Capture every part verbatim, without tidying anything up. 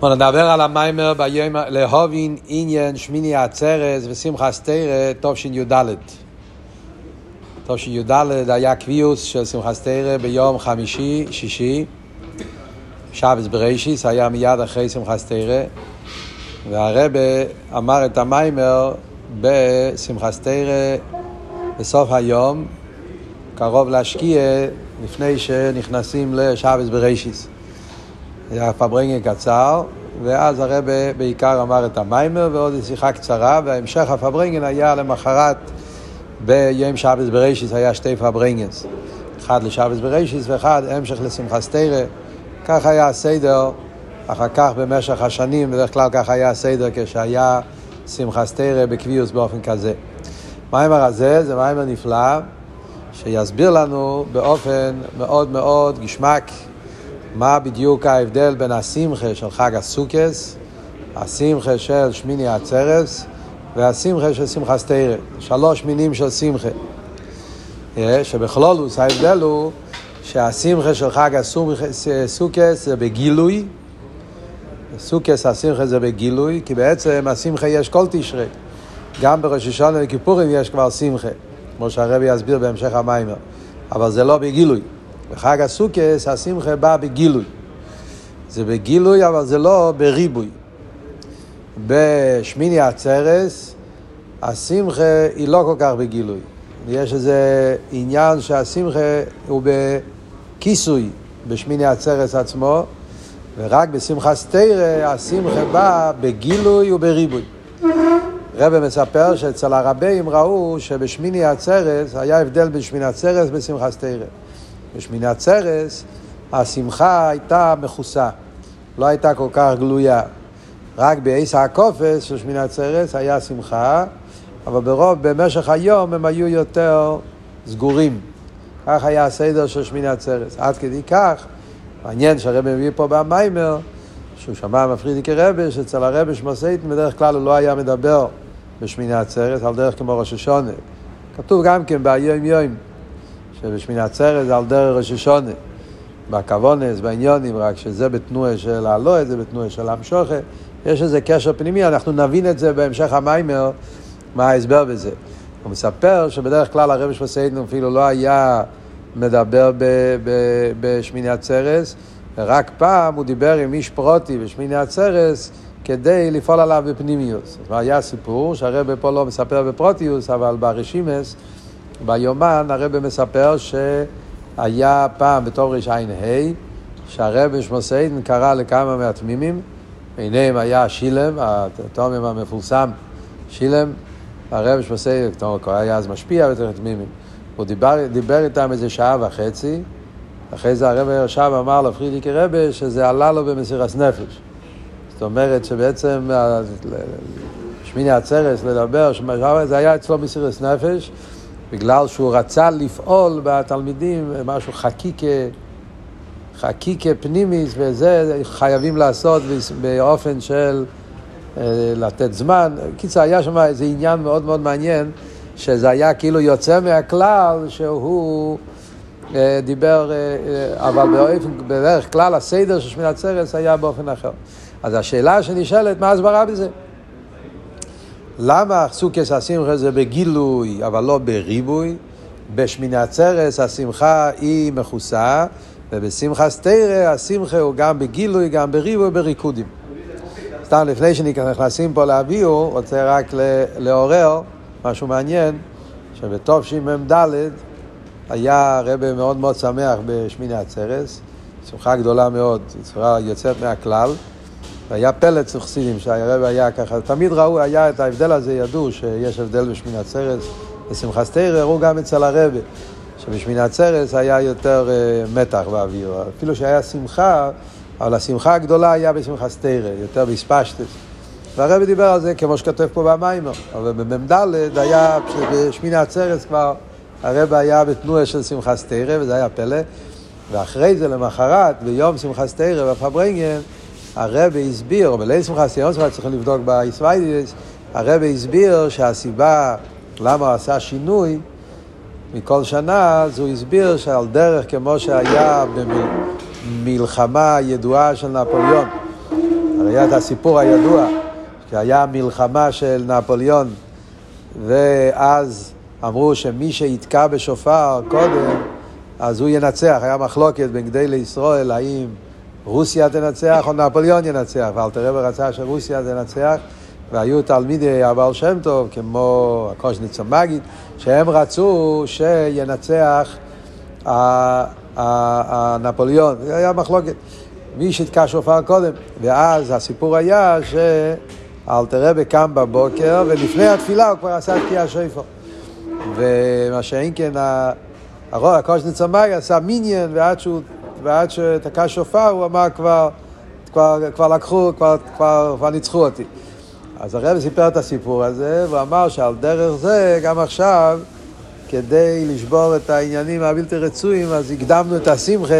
בואו נדבר על המיימר ביום להובין עניין שמיני עצרת ושמחת תורה תשי"ד. תשי"ד היה קביעוס של שמחת תורה ביום חמישי, שישי, שבת בראשית, היה מיד אחרי שמחת תורה, והרבא אמר את המיימר בשמחת תורה בסוף היום, קרוב להשקיע לפני שנכנסים לשבת בראשית. היה פברנגן קצר, ואז הרבא בעיקר אמר את המיימר ועוד שיחה קצרה, וההמשך הפברנגן היה למחרת ביום שבת בראשית, היה שתי פברנגנס, אחד לשבת בראשית ואחד המשך לשמחת תורה. כך היה הסדר אחר כך במשך השנים, בדרך כלל כך היה הסדר כשהיה שמחת תורה בקביעוס באופן כזה. המיימר הזה זה מיימר נפלא שיסביר לנו באופן מאוד מאוד גשמק מה בדיוק ההבדל בין השמחה של חג הסוכות, השמחה של שמיני עצרת והשמחה של שמחת תורה. שלוש מינים של שמחה. שבכלולוס ההבדל הוא שהשמחה של חג הסוכות זה בגילוי. סוכות השמחה זה בגילוי, כי בעצם השמחה יש כל תשרי. גם בראש השנה וכיפורים יש כבר שמחה, כמו שהרבי יסביר בהמשך המיימר. אבל זה לא בגילוי. בחג הסוכות השמחה בא בגילוי. זה בגילוי אבל זה לא בריבוי. בשמיני עצרת השמחה היא לא כל כך בגילוי. יש איזה עניין שהשמחה הוא בכיסוי בשמיני עצרת עצמו, ורק בשמחת תורה השמחה בא בגילוי ובריבוי. רבי מספר שאצל הרבים ראו שבשמיני עצרת היה הבדל בין שמיני עצרת ובשמחת תורה. בשמיני עצרת השמחה הייתה מכוסה, לא הייתה כל כך גלויה. רק בעשר הקופס של שמיני עצרת היה שמחה, אבל ברוב במשך היום הם היו יותר סגורים. כך היה הסדר של שמיני עצרת. עד כדי כך, מעניין שהרבי מביא פה במיימר, שהוא שמע מפרידיקי רבי, שאצל הרבי שמוסייטן בדרך כלל הוא לא היה מדבר בשמיני עצרת, על דרך כמו ראש השונה. כתוב גם כן ביום יום, שבשמיני עצרת זה על דרך ראש השונה. בכוונס, בעניונים, רק שזה בתנועה של הלואה, זה בתנועה של המשוכה. יש איזה קשר פנימי, אנחנו נבין את זה בהמשך המיימר, מה ההסבר בזה. הוא מספר שבדרך כלל הרבי שמוסייטן אפילו לא היה מדבר בשמיני עצרת, ורק פעם הוא דיבר עם איש פרוטי בשמיני עצרת, כדי לפעול עליו בפנימיוס. היה סיפור שהרבי פה לא מספר בפרוטיוס, אבל ברשימס, ביומן, הרבי מספר שהיה פעם בתור רשעין ה' שהרבי שמוסייטן קרא לכמה מהתמימים, ביניהם היה שילם, התומם המפורסם, שילם, הרבי שמוסייטן, היה אז משפיע בתור תמימים. הוא דיבר, דיבר איתם איזה שעה וחצי, אחרי זה הרבי ישב אמר לפרידיקי רבי שזה עלה לו במסירת נפש. זאת אומרת שבעצם שמיני עצרת לדבר, זה היה אצלו מסירת נפש, בגלל שהוא רצה לפעול בתלמידים משהו חקיקה, חקיקה פנימיס, וזה חייבים לעשות באופן של לתת זמן. קיצר, היה שם איזה עניין מאוד מאוד מעניין, שזה היה כאילו יוצא מהכלל שהוא דיבר, אבל באופן, בדרך כלל הסדר של שמיני עצרת היה באופן אחר. אז השאלה שנשאלת, מה הסברה בזה? למה סוכות השמחה זה בגילוי, אבל לא בריבוי? בשמיני עצרת השמחה היא מכוסה, ובשמחת תורה השמחה הוא גם בגילוי, גם בריבוי, בריקודים. סתם לפני שנכנסים פה להביאו, רוצה רק לעורר משהו מעניין, שבתשמ"ד היה רבי מאוד מאוד שמח בשמיני עצרת, שמחה גדולה מאוד, צורה יוצאת מהכלל, והיה פלט חסידים שהרבי היה ככה, תמיד ראו, היה את ההבדל הזה, ידעו שיש הבדל בשמיני עצרת ושמחת תורה, ראו גם אצל הרבי, שבשמיני עצרת היה יותר uh, מתח באוויר, אפילו שהיה שמחה, אבל השמחה הגדולה היה בשמחת תורה, יותר בספשטס. והרבי דיבר על זה כמו שכתוב פה במיימר, אבל בממדל היה, בשמיני עצרת כבר, הרבי היה בתנועה של שמחת תורה, וזה היה פלא, ואחרי זה למחרת, ביום שמחת תורה בפברנגן, הרבי הסביר, או בליל שמחת תורה, צריכים לבדוק בישווידיס, הרבי הסביר שהסיבה למה הוא עשה שינוי מכל שנה, אז הוא הסביר שעל דרך כמו שהיה במלחמה ידועה של נפוליאון, הרי היה את הסיפור הידוע, שהיה מלחמה של נפוליאון, ואז אמרו שמי שיתקע בשופר קודם, אז הוא ינצח. היה מחלוקת בין גדולי ישראל, האם רוסיה תנצח או נפוליאון ינצח, ואלתר רבי רצה שרוסיה תנצח, והיו תלמידי הבעל שם טוב, כמו הקוז'ניצר מגיד, שהם רצו שינצח הנפוליאון. זה היה מחלוקת. מי שיתקע שופר קודם. ואז הסיפור היה שאלתר רבי קם בבוקר, ולפני התפילה הוא כבר עשה תקיע השופר. ומה שאין כן, הקוז'ניצר מגיד עשה מיניאן, ועד שהוא ועד שתקע שופר הוא אמר כבר, כבר, כבר לקחו, כבר, כבר, כבר ניצחו אותי. אז הרב סיפר את הסיפור הזה, והוא אמר שעל דרך זה, גם עכשיו, כדי לשבור את העניינים הבלתי רצויים, אז הקדמנו את השמחה,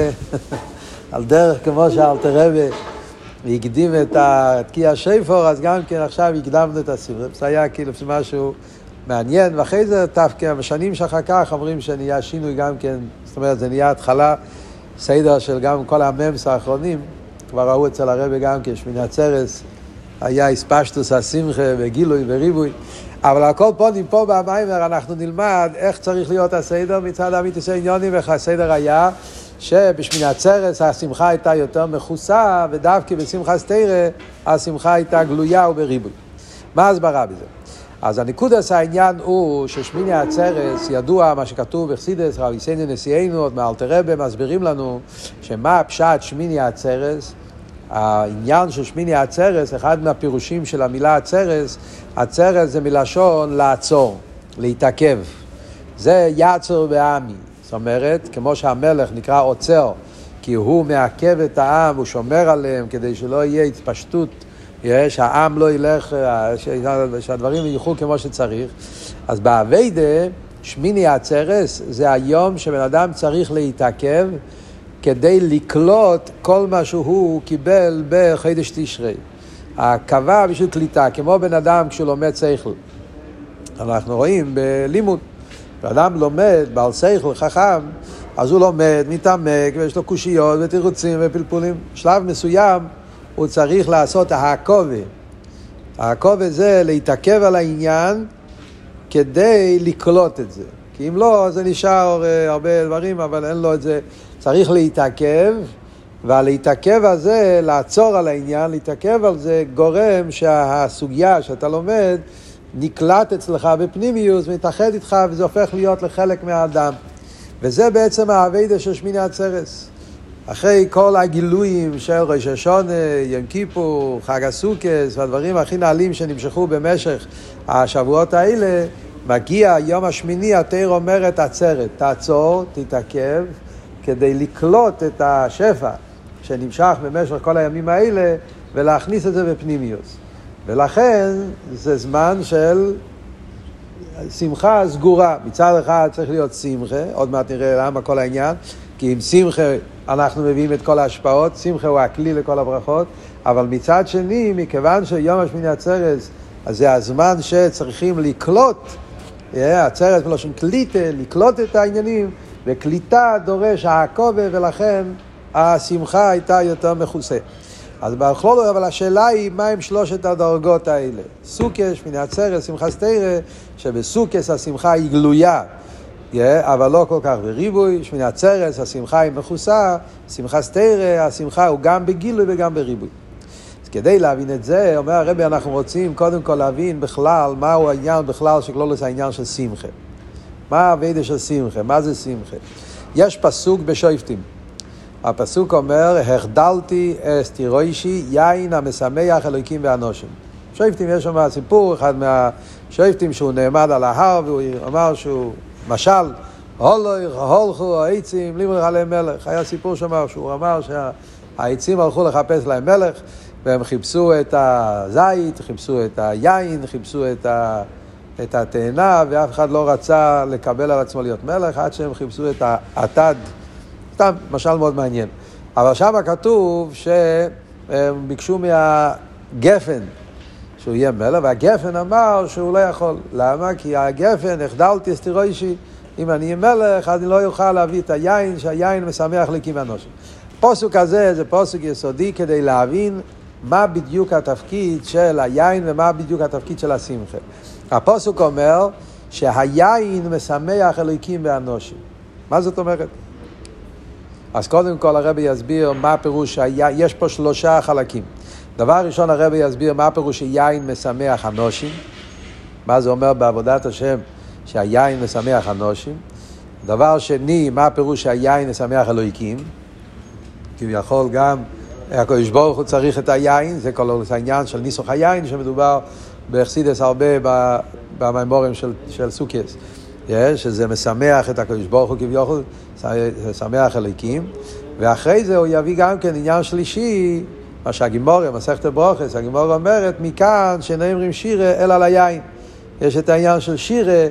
על דרך כמו שאלתר רבי הקדים את תקיע השופר, אז גם כן עכשיו הקדמנו את השמחה. זה היה כאילו משהו מעניין, ואחרי זה, תפקע, בשנים שאחר כך אומרים שנהיה שינוי גם כן, זאת אומרת, זה נהיה התחלה, סדר של גם כל הממס האחרונים, כבר ראו אצל הרבי גם כשמיני עצרס, היה הספשטוס השמחה וגילוי וריבוי, אבל הכל פונים פה במיימר אנחנו נלמד איך צריך להיות הסדר מצד אמיתוס העניונים, ואיך הסדר היה שבשמיני עצרס השמחה הייתה יותר מכוסה, ודווקא בשמחה סתירה השמחה הייתה גלויה ובריבוי. מה הסברה בזה? אז הנקודס העניין הוא ששמיני עצרס ידוע מה שכתוב בחסידס, רבי סיינו נשיאנו, עוד מאלתר רבי מסבירים לנו שמה הפשט שמיני עצרס, העניין של שמיני עצרס, אחד מהפירושים של המילה עצרס, עצרס זה מלשון לעצור, להתעכב. זה יעצור בעמי, זאת אומרת, כמו שהמלך נקרא עוצר, כי הוא מעכב את העם, הוא שומר עליהם כדי שלא יהיה התפשטות, שהעם לא ילך, שהדברים ילכו כמו שצריך. אז בעבודה, שמיני עצרס זה היום שבן אדם צריך להתעכב כדי לקלוט כל מה שהוא קיבל בחודש תשרי. הקווה בשביל קליטה, כמו בן אדם כשהוא לומד שכל. אנחנו רואים בלימוד, בן אדם לומד בעל שכל חכם, אז הוא לומד, מתעמק, ויש לו קושיות ותירוצים ופלפולים. שלב מסוים הוא צריך לעשות העקובה. העקובה זה להתעכב על העניין כדי לקלוט את זה. כי אם לא, זה נשאר הרבה דברים, אבל אין לו את זה. צריך להתעכב, והלהתעכב הזה, לעצור על העניין, להתעכב על זה, גורם שהסוגיה שאתה לומד נקלט אצלך בפנימיוס, מתאחד איתך, וזה הופך להיות לחלק מהאדם. וזה בעצם העבודה של שמיני עצרס. אחרי כל הגילויים של ראש השונה, יום כיפור, חג הסוכות, והדברים הכי נעלים שנמשכו במשך השבועות האלה, מגיע יום השמיני, התורה אומרת עצרת, תעצור, תתעכב, כדי לקלוט את השפע שנמשך במשך כל הימים האלה, ולהכניס את זה בפנימיוס. ולכן זה זמן של שמחה סגורה. מצד אחד צריך להיות שמחה, עוד מעט נראה למה כל העניין, כי עם שמחה אנחנו מביאים את כל ההשפעות, שמחה הוא הכלי לכל הברכות, אבל מצד שני, מכיוון שיום השמיני עצרס, אז זה הזמן שצריכים לקלוט, עצרס בלושן קליטה, לקלוט את העניינים, וקליטה דורש העקובה, ולכן השמחה הייתה יותר מכוסה. אז בכלול, אבל השאלה היא, מה הם שלושת הדרגות האלה? סוכס, שמיני עצרס, שמחה סתירה, שבסוכס השמחה היא גלויה, אבל לא כל כך בריבוי. שמיני עצרס, השמחה היא מכוסה, שמחה סתירה, השמחה הוא גם בגילוי וגם בריבוי. אז כדי להבין את זה, אומר הרבי, אנחנו רוצים קודם כל להבין בכלל, מהו העניין בכלל שכלול זה העניין של שמחה. מה העבודה של שמחה? מה זה שמחה? יש פסוק בשופטים. הפסוק אומר, החדלתי אסתירוישי יין המשמח אלוקים ואנושים. שופטים, יש שם סיפור, אחד מהשופטים שהוא נעמד על ההר, והוא אמר שהוא, משל, הולכו העצים, לימר עליהם מלך. היה סיפור שאמר, שהוא אמר שהעצים הלכו לחפש להם מלך, והם חיפשו את הזית, חיפשו את היין, חיפשו את ה... את התאנה, ואף אחד לא רצה לקבל על עצמו להיות מלך, עד שהם חיפשו את העתד. סתם, משל מאוד מעניין. אבל שם כתוב שהם ביקשו מהגפן שהוא יהיה מלך, והגפן אמר שהוא לא יכול. למה? כי הגפן, החדלתי אסתירוישי, אם אני אהיה מלך, אז אני לא יוכל להביא את היין, שהיין משמח אלוקים ואנושים. פסוק הזה זה פסוק יסודי כדי להבין מה בדיוק התפקיד של היין ומה בדיוק התפקיד של השמחה. הפסוק אומר שהיין משמח אלוהיקים ואנושים. מה זאת אומרת? אז קודם כל הרבי יסביר מה הפירוש שהיין, יש פה שלושה חלקים. דבר ראשון הרבי יסביר מה הפירוש שיין משמח אנושים. מה זה אומר בעבודת השם שהיין משמח אנושים. דבר שני, מה הפירוש שהיין משמח אלוהיקים. כביכול גם הקדוש ברוך הוא צריך את היין, זה כל העניין של ניסוך היין שמדובר בחסידות הרבה במיימורים של, של סוכות. שזה משמח את הקדוש ברוך הוא כביכול, משמח אלוהיקים. ואחרי זה הוא יביא גם כן עניין שלישי, מה שהגימורה, מסכת ברוכס, הגימורה אומרת, מכאן שנאמרים שירה אלא ליין. יש את העניין של שירה,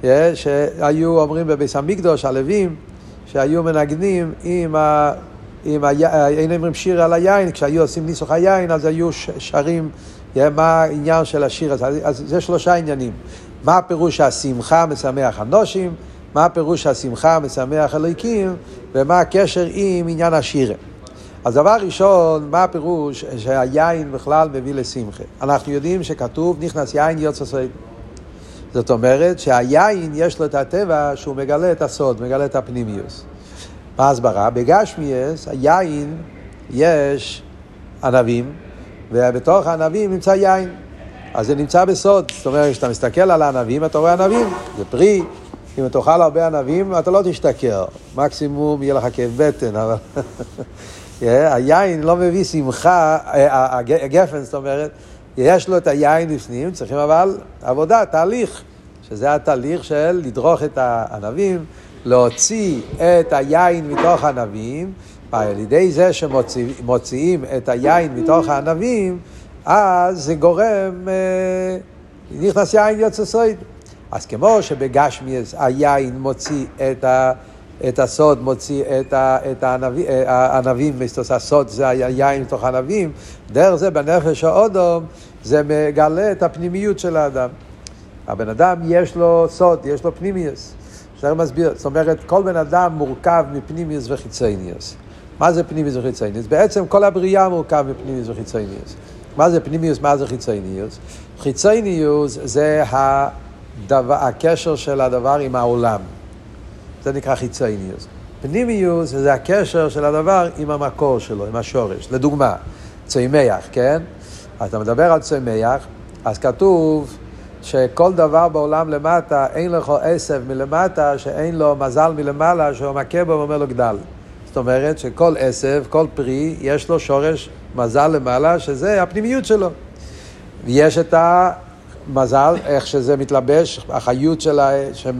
שהיו אומרים בביס המקדוש, הלווים, שהיו מנגנים עם ה... אם היינו אומרים שיר על היין, כשהיו עושים ניסוך היין, אז היו שרים, מה העניין של השיר הזה. אז זה שלושה עניינים. מה הפירוש השמחה משמח אנושים, מה הפירוש השמחה משמח אלוהיקים, ומה הקשר עם עניין השיר. אז דבר ראשון, מה הפירוש שהיין בכלל מביא לשמחה? אנחנו יודעים שכתוב, נכנס יין יוצא סוד. זאת אומרת שהיין יש לו את הטבע שהוא מגלה את הסוד, מגלה את הפנימיוס. מה הסברה? בגשמיאס, היין יש ענבים, ובתוך הענבים נמצא יין. אז זה נמצא בסוד. זאת אומרת, כשאתה מסתכל על הענבים, אתה רואה ענבים. זה פרי. אם אתה תאכל הרבה ענבים, אתה לא תשתכר. מקסימום יהיה לך כאב בטן, אבל... היין לא מביא שמחה, הגפן, זאת אומרת, יש לו את היין בפנים, צריכים אבל עבודה, תהליך, שזה התהליך של לדרוך את הענבים, להוציא את היין מתוך הענבים, ועל ידי זה שמוציאים את היין מתוך הענבים, אז זה גורם, נכנס יין יוצא סוד. אז כמו שבגשמיאס היין מוציא את ה... את הסוד, מוציא את, ה, את הענבים, הענבים, הסוד זה היין מתוך הענבים, דרך זה בנפש האודום, זה מגלה את הפנימיות של האדם. הבן אדם יש לו סוד, יש לו פנימיוס. זה מסביר, זאת אומרת, כל בן אדם מורכב מפנימיוס וחיצוניוס. מה זה פנימיוס וחיצוניוס? בעצם כל הבריאה מורכב מפנימיוס וחיצוניוס. מה זה פנימיוס, מה זה חיצוניוס? חיצוניוס זה הדבר, הקשר של הדבר עם העולם. זה נקרא חיצוניוס. פנימיוס זה הקשר של הדבר עם המקור שלו, עם השורש. לדוגמה, צומח, כן? אתה מדבר על צומח, אז כתוב שכל דבר בעולם למטה, אין לך עשב מלמטה, שאין לו מזל מלמעלה, שהוא מכה בו ואומר לו גדל. זאת אומרת שכל עשב, כל פרי, יש לו שורש מזל למעלה, שזה הפנימיות שלו. ויש את המזל, איך שזה מתלבש, החיות שלה,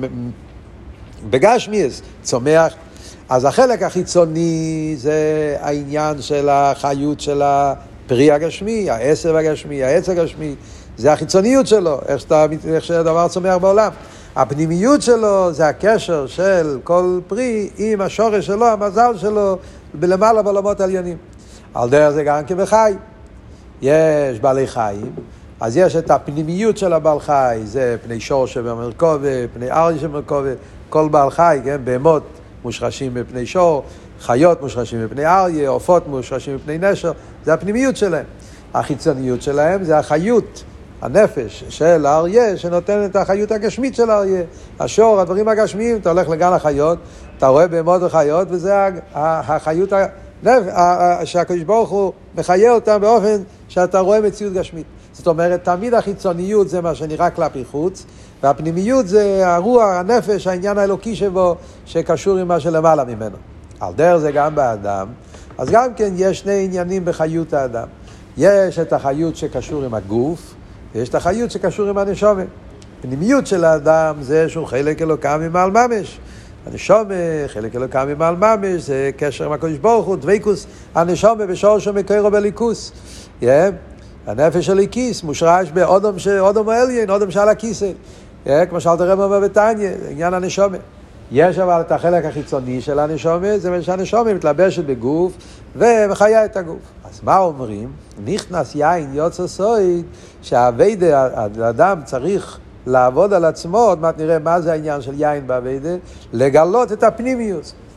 בגשמיאס, צומח. אז החלק החיצוני זה העניין של החיות של הפרי הגשמי, העשב הגשמי, העץ הגשמי, זה החיצוניות שלו, איך, שאתה, איך שהדבר צומח בעולם. הפנימיות שלו זה הקשר של כל פרי עם השורש שלו, המזל שלו, בלמעלה בעולמות העליונים. על דרך זה גם כבחי. יש בעלי חיים, אז יש את הפנימיות של הבעל חי, זה פני שור שבמרכובה, פני אריה שבמרכובה, כל בעל חי, כן? בהמות מושרשים מפני שור, חיות מושרשים מפני אריה, עופות מושרשים מפני נשר, זה הפנימיות שלהם. החיצוניות שלהם זה החיות, הנפש של האריה, שנותן את החיות הגשמית של האריה. השור, הדברים הגשמיים, אתה הולך לגן החיות, אתה רואה בהמות וחיות, וזה החיות שהקדוש ברוך הוא מחיה אותם באופן שאתה רואה מציאות גשמית. זאת אומרת, תמיד החיצוניות זה מה שנראה כלפי חוץ, והפנימיות זה הרוח, הנפש, העניין האלוקי שבו, שקשור עם מה שלמעלה ממנו. על דרך זה גם באדם, אז גם כן יש שני עניינים בחיות האדם. יש את החיות שקשור עם הגוף, ויש את החיות שקשור עם הנשמה. פנימיות של האדם זה שהוא חלק אלוקם ממעל ממש. הנשמה, חלק אלוקם ממעל ממש, זה קשר עם הקדוש ברוך הוא, דבקות הנשמה בשורש מקורו בליכוס. Yeah. הנפש של הכיס מושרש באודום שאודום העליין, אודום שעל הכיסא. כמו שאלת הרב אומר בתניא, עניין הנשמה. יש אבל את החלק החיצוני של הנשמה, זה שהנשמה מתלבשת בגוף ומחיה את הגוף. אז מה אומרים? נכנס יין יוצא סוד, שהעבודה, האדם צריך לעבוד על עצמו, עוד מעט נראה מה זה העניין של יין בעבודה, לגלות את הפנימיוס.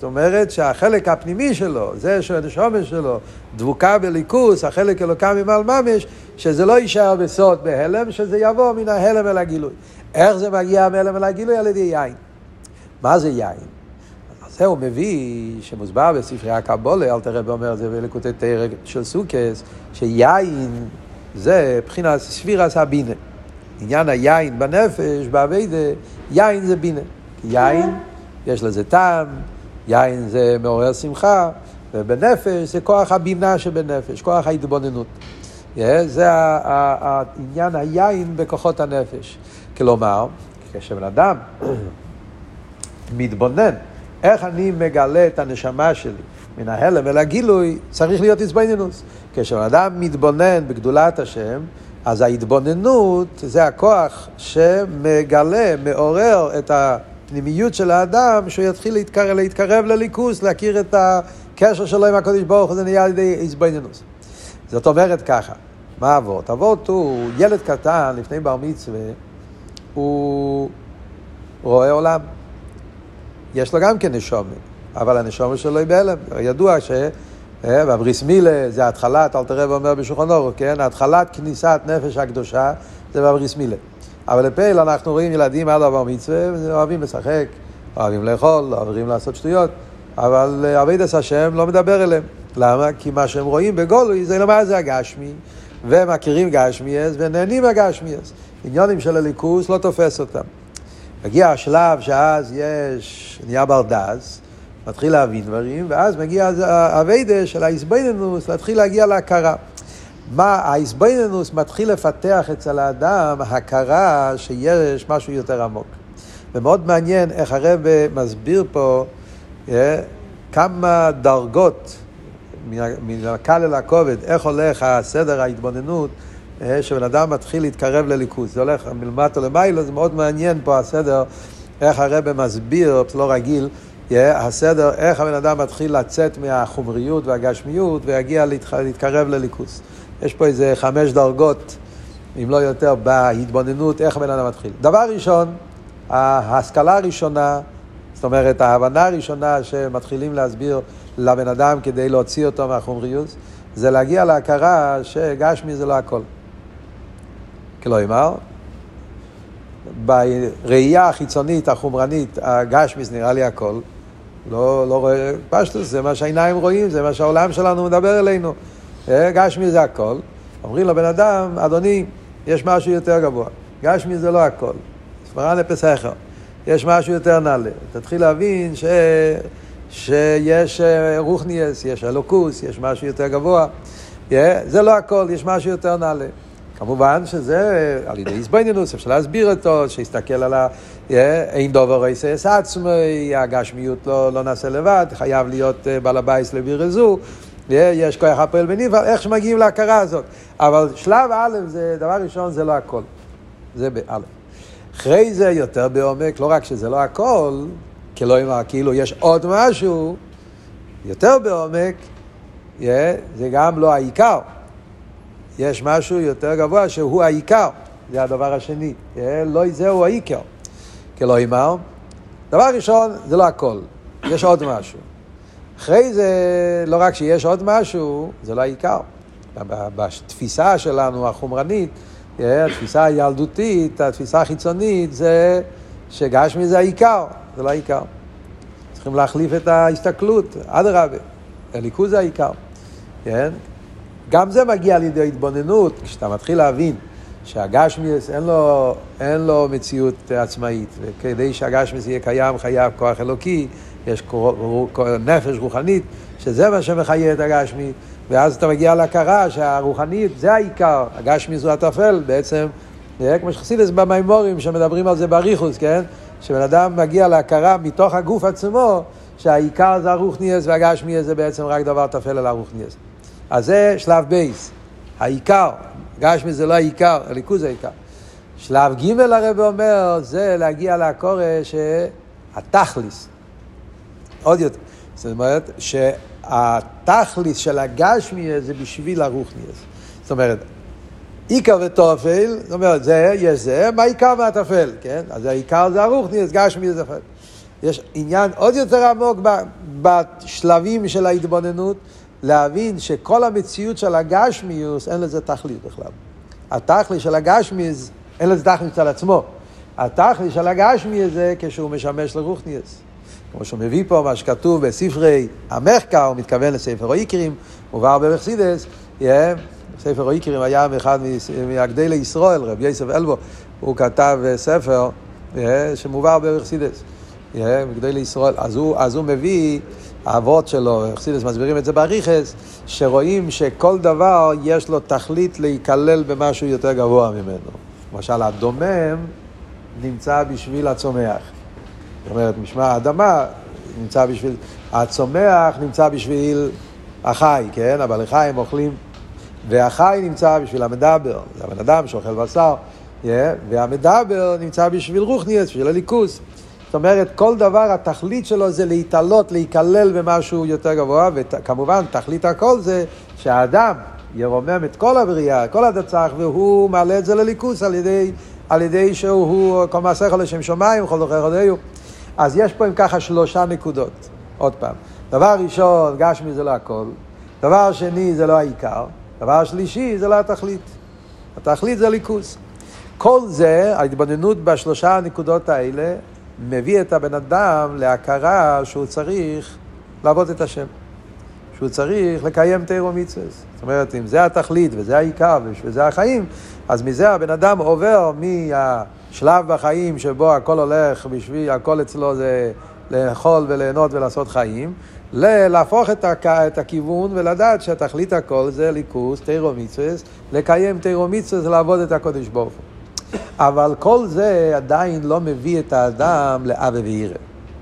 זאת אומרת שהחלק הפנימי שלו, זה שהנשמה שלו, דבוקה בליכוס, החלק אלוקה ממעל ממש, שזה לא יישאר בסוד בהלם, שזה יבוא מן ההלם אל הגילוי. איך זה מגיע מהלם אל הגילוי? על ידי יין. מה זה יין? זה הוא מביא, שמוסבר בספרי הקבולה, אל תראה ואומר זה בליקוטי תורה של סוכס, שיין זה בחינת ספירס הבינה. עניין היין בנפש, בעבודה, יין זה בינה. יין, יש לזה טעם, יין זה מעורר שמחה, ובנפש זה כוח הבינה שבנפש, כוח ההתבוננות. זה העניין היין בכוחות הנפש. כלומר, כשבן אדם מתבונן, איך אני מגלה את הנשמה שלי מן ההלם אל הגילוי, צריך להיות התבוננות. כשבן אדם מתבונן בגדולת השם, אז ההתבוננות זה הכוח שמגלה, מעורר את הפנימיות של האדם, שהוא יתחיל להתקרב, להתקרב לליכוס, להכיר את הקשר שלו עם הקדוש ברוך הוא, זה נהיה על ידי התבוננות. זאת אומרת ככה, מה אבות? אבות הוא ילד קטן לפני בר מצווה, הוא רואה עולם. יש לו גם כן נשמה, אבל הנשמה שלו היא בהלם. ידוע ש... והבריס מילה זה התחלת, אל תראה ואומר בשולחן אורך, כן? התחלת כניסת נפש הקדושה זה בבריס מילה. אבל לפעיל אנחנו רואים ילדים עד הבר מצווה, אוהבים לשחק, אוהבים לאכול, אוהבים לעשות שטויות, אבל עבודת השם לא מדבר אליהם. למה? כי מה שהם רואים בגולוי זה למה זה הגשמי, ומכירים גשמיאס ונהנים הגשמיאס. עניונים של הליכוס לא תופס אותם. מגיע השלב שאז יש נהיה ברדז, מתחיל להבין דברים, ואז מגיע העבודה של ההסביננוס, להתחיל להגיע להכרה. מה ההסביננוס מתחיל לפתח אצל האדם, הכרה שיש משהו יותר עמוק. ומאוד מעניין איך הרב מסביר פה כמה דרגות מן הקל אל הכובד, איך הולך הסדר ההתבוננות, שבן אדם מתחיל להתקרב לליכוס. זה הולך מלמטה למעלה, זה מאוד מעניין פה הסדר, איך הרב מסביר, לא רגיל, הסדר, איך הבן אדם מתחיל לצאת מהחומריות והגשמיות ויגיע להתקרב לליכוס. יש פה איזה חמש דרגות, אם לא יותר, בהתבוננות, איך הבן אדם מתחיל. דבר ראשון, ההשכלה הראשונה, זאת אומרת, ההבנה הראשונה שמתחילים להסביר לבן אדם כדי להוציא אותו מהחומריות, זה להגיע להכרה שגשמי זה לא הכל. כלומר, בראייה החיצונית, החומרנית, הגשמי זה נראה לי הכל. לא, לא רואה, פשטוס, זה מה שהעיניים רואים, זה מה שהעולם שלנו מדבר אלינו. גשמי זה הכל. אומרים לבן אדם, אדוני, יש משהו יותר גבוה. גשמי זה לא הכל. ספרן לפסחר. יש משהו יותר נעלה. תתחיל להבין ש... שיש רוחניאס, יש אלוקוס, יש משהו יותר גבוה. זה לא הכל, יש משהו יותר נעלה. כמובן שזה על ידי הסביננוס, אפשר להסביר אותו, שיסתכל על ה... אין דובר עיסס עצמי, הגשמיות לא, לא נעשה לבד, חייב להיות בעל הבית לבירזו, יש כוח הפועל בניב, איך שמגיעים להכרה הזאת. אבל שלב א' זה, דבר ראשון, זה לא הכל. זה באלף. אחרי זה יותר בעומק, לא רק שזה לא הכל, כאילו יש עוד משהו, יותר בעומק, זה גם לא העיקר. יש משהו יותר גבוה שהוא העיקר, זה הדבר השני. לא זהו העיקר. כלומר, דבר ראשון, זה לא הכל, יש עוד משהו. אחרי זה, לא רק שיש עוד משהו, זה לא העיקר. בתפיסה שלנו, החומרנית, התפיסה הילדותית, התפיסה החיצונית, זה שגשמי זה העיקר, זה לא העיקר. צריכים להחליף את ההסתכלות, עד הרבה, הליכוז זה העיקר. כן? גם זה מגיע על ידי התבוננות, כשאתה מתחיל להבין שהגשמיס אין לו, אין לו מציאות עצמאית, וכדי שהגשמיס יהיה קיים חייב כוח אלוקי, יש נפש רוחנית, שזה מה שמחיה את הגשמית, ואז אתה מגיע להכרה שהרוחנית זה העיקר, הגשמיס הוא התפל, בעצם, כמו שחסידס במיימורים שמדברים על זה בריחוס, כן? שבן אדם מגיע להכרה מתוך הגוף עצמו, שהעיקר זה הרוחניאס והגשמיס זה בעצם רק דבר תפל על הרוחניאס. אז זה שלב בייס, העיקר, גשמי זה לא העיקר, הליכוז זה העיקר. שלב ג' הרב אומר, זה להגיע להקורא שהתכליס, עוד יותר, זאת אומרת שהתכליס של הגשמי זה בשביל הרוחניאס. זאת אומרת, עיקר ותופל, זאת אומרת, זה, יש זה, מה עיקר מהתפל, כן? אז העיקר זה הרוחניאס, גשמי זה תפל. יש עניין עוד יותר עמוק בשלבים של ההתבוננות, להבין שכל המציאות של הגשמיוס אין לזה תכלית בכלל. התכלית של הגשמיוס אין לזה תכלית על עצמו. התכלית של הגשמיוס זה כשהוא משמש לרוחניוס. כמו שהוא מביא פה מה שכתוב בספרי המחקר, הוא מתכוון לספר אויקרים, מובא בחסידות, ספר אויקרים היה מאחד מהגדולי ישראל, רב יוסף אלבו, הוא כתב ספר שמובא בחסידות. גדולי ישראל, אז הוא, אז הוא מביא האבות שלו, חסידות מסבירים את זה באריכות, שרואים שכל דבר יש לו תכלית להיכלל במשהו יותר גבוה ממנו. למשל, הדומם נמצא בשביל הצומח. זאת אומרת, משמע האדמה נמצא בשביל, הצומח נמצא בשביל החי, כן? אבל החיים אוכלים, והחי נמצא בשביל המדבר, זה הבן אדם שאוכל בשר, yeah, והמדבר נמצא בשביל רוחניאס, בשביל הליכוס. זאת אומרת, כל דבר, התכלית שלו זה להתעלות, להיכלל במשהו יותר גבוה, וכמובן, תכלית הכל זה שהאדם ירומם את כל הבריאה, כל הדצח, והוא מעלה את זה לליכוס על ידי, על ידי שהוא כל מעשיך לשם שמיים, כל דרכיך הודיעו. אז יש פה עם ככה שלושה נקודות. עוד פעם. דבר ראשון, גשמי זה לא הכל. דבר שני, זה לא העיקר. דבר שלישי, זה לא התכלית. התכלית זה ליכוס. כל זה, ההתבוננות בשלושה הנקודות האלה, מביא את הבן אדם להכרה שהוא צריך לעבוד את השם. שהוא צריך לקיים תורה ומצוות. זאת אומרת, אם זה התכלית וזה העיקר וזה החיים, אז מזה הבן אדם עובר מהשלב בחיים שבו הכל הולך בשביל, הכל אצלו זה לאכול וליהנות ולעשות חיים, להפוך את הכיוון ולדעת שהתכלית הכל זה ליכוס, תורה ומצוות, לקיים תורה ומצוות, לעבוד את הקודש ברוך הוא. אבל כל זה עדיין לא מביא את האדם לאהבה ויראה.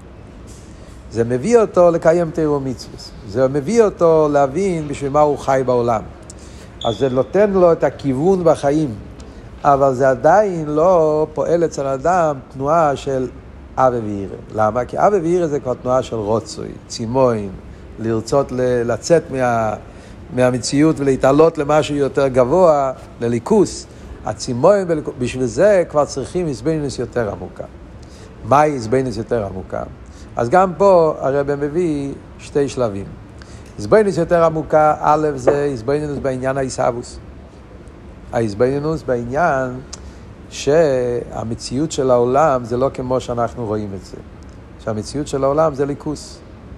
זה מביא אותו לקיים תורה ומצוות. זה מביא אותו להבין בשביל מה הוא חי בעולם. אז זה נותן לו את הכיוון בחיים. אבל זה עדיין לא פועל אצל האדם תנועה של אהבה ויראה. למה? כי אהבה ויראה זה כבר תנועה של רוצוי, צימון, לרצות לצאת מה, מהמציאות ולהתעלות למשהו יותר גבוה, לליכוס. הצימון, בשביל זה כבר צריכים הסבינוס יותר עמוקה. מהי הסבינוס יותר עמוקה? אז גם פה הרב מביא שתי שלבים. הסבינוס יותר עמוקה, א' זה הסבינוס בעניין ההיסאבוס. ההסבינוס בעניין שהמציאות של העולם זה לא כמו שאנחנו רואים את זה. שהמציאות של העולם זה ליכוס.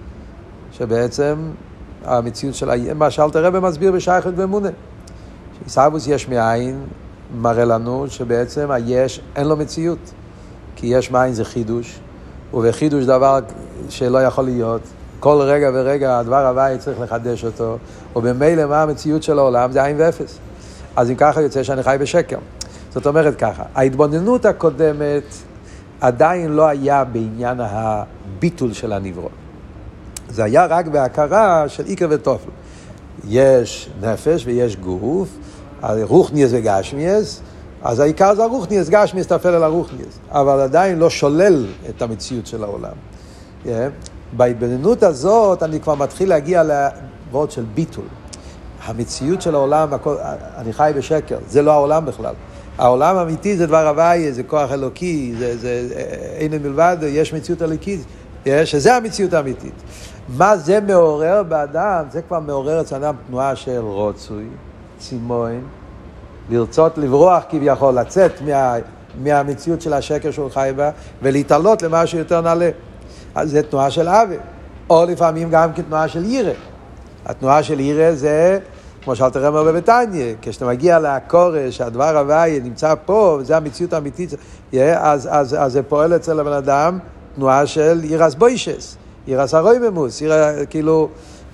שבעצם המציאות של, מה שאלת הרב מסביר בשייכות ואמונה. שהיסאבוס יש מאין, מראה לנו שבעצם היש אין לו מציאות. כי יש מאין זה חידוש, ובחידוש דבר שלא יכול להיות. כל רגע ורגע הדבר הבא צריך לחדש אותו, ובמילא מה המציאות של העולם זה עין ואפס. אז אם ככה יוצא שאני חי בשקר. זאת אומרת ככה, ההתבוננות הקודמת עדיין לא היה בעניין הביטול של הנברוא. זה היה רק בהכרה של עיקר וטופל. יש נפש ויש גוף, רוחניאס וגשמיאס, אז העיקר זה הרוחניאס, גשמיאס תפל על הרוחניאס, אבל עדיין לא שולל את המציאות של העולם. Yeah. בהתבוננות הזאת אני כבר מתחיל להגיע לעבוד של ביטול. המציאות של העולם, הכל, אני חי בשקר, זה לא העולם בכלל. העולם האמיתי זה דבר הוואי, זה כוח אלוקי, זה, זה, אין מלבד, יש מציאות אלוקית, שזה המציאות האמיתית. מה זה מעורר באדם? זה כבר מעורר את האדם תנועה של רוצוי, צימון, לרצות לברוח כביכול, לצאת מה, מהמציאות של השקר שהוא חי בה, ולהתעלות למשהו יותר נעלה. אז זה תנועה של אהבה, או לפעמים גם כתנועה של יראה. התנועה של יראה זה, כמו שאלת רמר בבתניה, כשאתה מגיע לקורש, הדבר הוואי נמצא פה, וזה המציאות האמיתית, אז, אז, אז זה פועל אצל הבן אדם, תנועה של ירס בוישס, ירס הרויממוס, ירס, כאילו,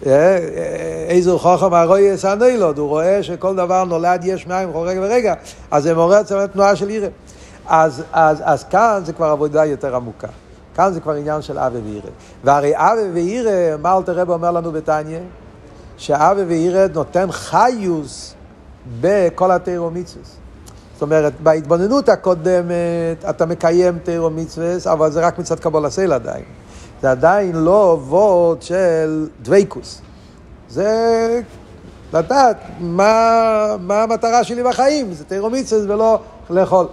איזו חוכם הרוי סנוילוד, הוא רואה שכל דבר נולד יש מים כל רגע ורגע, אז זה מעורר אצל התנועה של יראה. אז, אז, אז כאן זה כבר עבודה יותר עמוקה. כאן זה כבר עניין של אהבה ויראה. והרי אהבה ויראה, מה אלתר רבי אומר לנו בתניא? שאהבה ויראה נותן חיוס בכל התורה ומצוות. זאת אומרת, בהתבוננות הקודמת אתה מקיים תורה ומצוות, אבל זה רק מצד קבלה סייל עדיין. זה עדיין לא עבוד של דוויקוס. זה לדעת מה, מה המטרה שלי בחיים. זה תורה ומצוות ולא לאכול.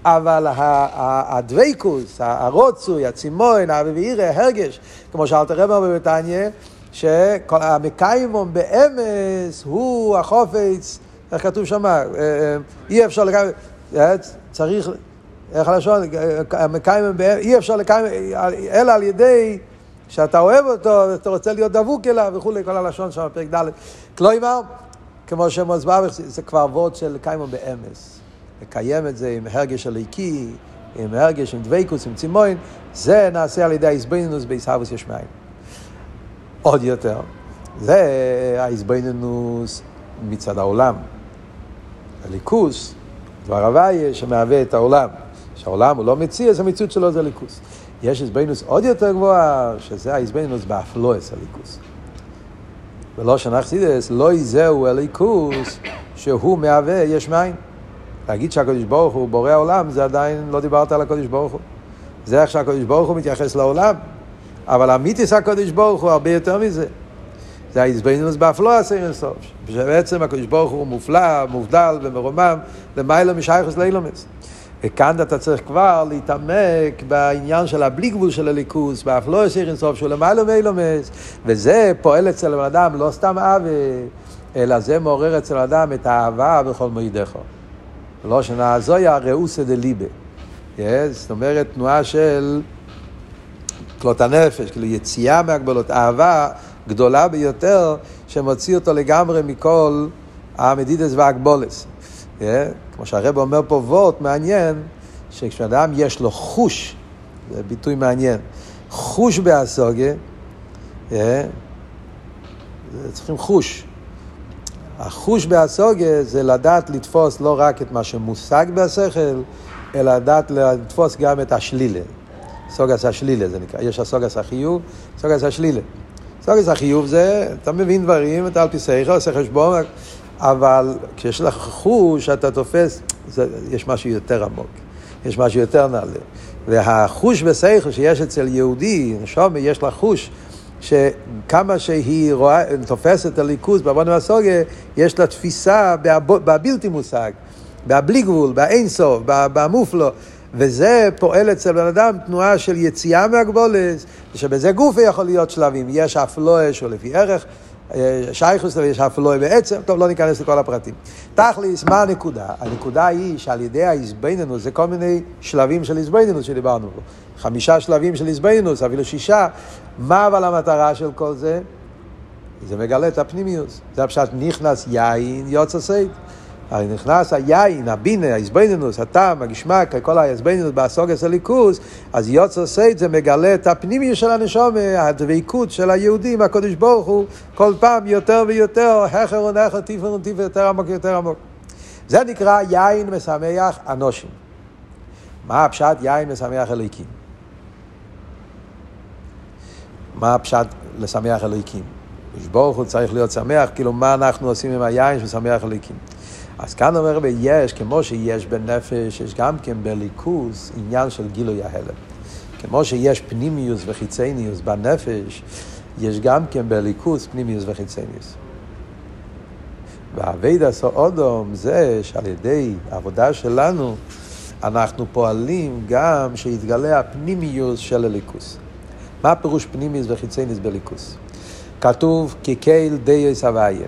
אבל הדוויקוס, הרוצוי, הצימון, האבירה, הרגש, כמו שאלת הרב בבתניה, שהמקיימום באמס הוא החופץ, איך כתוב שם, אי אפשר לקיים, צריך, איך לשון, המקיימום באמס, אי אפשר לקיים, אלא על ידי שאתה אוהב אותו, אתה רוצה להיות דבוק אליו וכו', כל הלשון שם, פרק ד'. כלומר, כמו שמוסבר, זה כבר וורד של קיימום באמס. לקיים את זה עם הרגש הליקי, עם הרגש, עם דוויקוס, עם צימון, זה נעשה על ידי ההסבינינוס בהסהבוס יש מאין. עוד יותר, זה ההסבינינוס מצד העולם. הליכוס, דבר הוויה שמהווה את העולם. שהעולם הוא לא מציע, אז המציאות שלו זה ליכוס. יש הסבינינוס עוד יותר גבוהה, שזה ההסבינינוס באפלואס הליכוס. ולא שנחסידס, לא יזהו הליכוס שהוא מהווה יש מאין. להגיד שהקדוש ברוך הוא בורא העולם, זה עדיין לא דיברת על הקדוש ברוך הוא. זה איך שהקדוש ברוך הוא מתייחס לעולם. אבל אמיתיס הקדוש ברוך הוא הרבה יותר מזה. זה ההסבינינוס באפלואס אין סוף. שבעצם הקדוש ברוך הוא מופלא, מובדל ומרומם, למעלה משייכוס לאילומס. וכאן אתה צריך כבר להתעמק בעניין של הבלי גבול של הליכוס, באפלואס אין סוף, שהוא למעלה מאילומס. וזה פועל אצל הבן אדם, לא סתם אהבה, אלא זה מעורר אצל האדם את האהבה בכל מועידך. לא שנעזוי הראוסה דליבה. זאת אומרת, תנועה של כלות הנפש, כאילו יציאה מהגבלות, אהבה גדולה ביותר, שמוציא אותו לגמרי מכל המדידס והגבולס. כמו שהרב אומר פה וורט מעניין, שכשאדם יש לו חוש, זה ביטוי מעניין, חוש בהסוגיה, צריכים חוש. החוש בהסוגיה זה לדעת לתפוס לא רק את מה שמושג בהשכל, אלא לדעת לתפוס גם את השלילה. סוגס השלילה זה נקרא. יש הסוגס החיוב, סוגס השלילה. סוגס החיוב זה, אתה מבין דברים, אתה על פי שכל, עושה חשבון, אבל כשיש לך חוש, אתה תופס, זה, יש משהו יותר עמוק, יש משהו יותר נעלה. והחוש בשכל שיש אצל יהודי, נשום, יש לה חוש, שכמה שהיא רואה, תופסת הליכוז בעבוד מהסוגיה, יש לה תפיסה בבלתי מושג, בבלי גבול, באין סוף, במופלו, וזה פועל אצל בן אדם תנועה של יציאה מהגבולת, שבזה גוף יכול להיות שלבים, יש אפלואש או לפי ערך, שייכוס ויש אפלואי בעצם, טוב לא ניכנס לכל הפרטים. תכליס, מה הנקודה? הנקודה היא שעל ידי ההסבינינוס, זה כל מיני שלבים של הסבינינוס שדיברנו פה, חמישה שלבים של הסבינינוס, אפילו שישה, מה אבל המטרה של כל זה? זה מגלה את הפנימיוס, זה הפשט נכנס יין יוצא סייד, הרי נכנס היין, הבינה, ההסבינינוס, הטעם, הגשמק, כל ההסבינינוס בהסוגס הליכוס, אז יוצא סייד זה מגלה את הפנימיות של הנשום, הדבקות של היהודים, הקדוש ברוך הוא, כל פעם יותר ויותר, החר ונחר, טיפר וטיפר, יותר עמוק, יותר עמוק. זה נקרא יין משמח אנושים. מה הפשט יין משמח אלוהיקים? מה הפשט לשמח אלוהיקים? הקדוש ברוך הוא צריך להיות שמח, כאילו מה אנחנו עושים עם היין שמשמח אלוהיקים? אז כאן אומר ויש, כמו שיש בנפש, יש גם כן בליכוס עניין של גילוי ההלם. כמו שיש פנימיוס וחיצניוס בנפש, יש גם כן בליכוס פנימיוס וחיצניוס. והעבודה סעודום זה שעל ידי העבודה שלנו, אנחנו פועלים גם שיתגלה הפנימיוס של הליכוס. מה הפירוש פנימיוס וחיצניוס בליכוס? כתוב כקהל דיוס הוויה.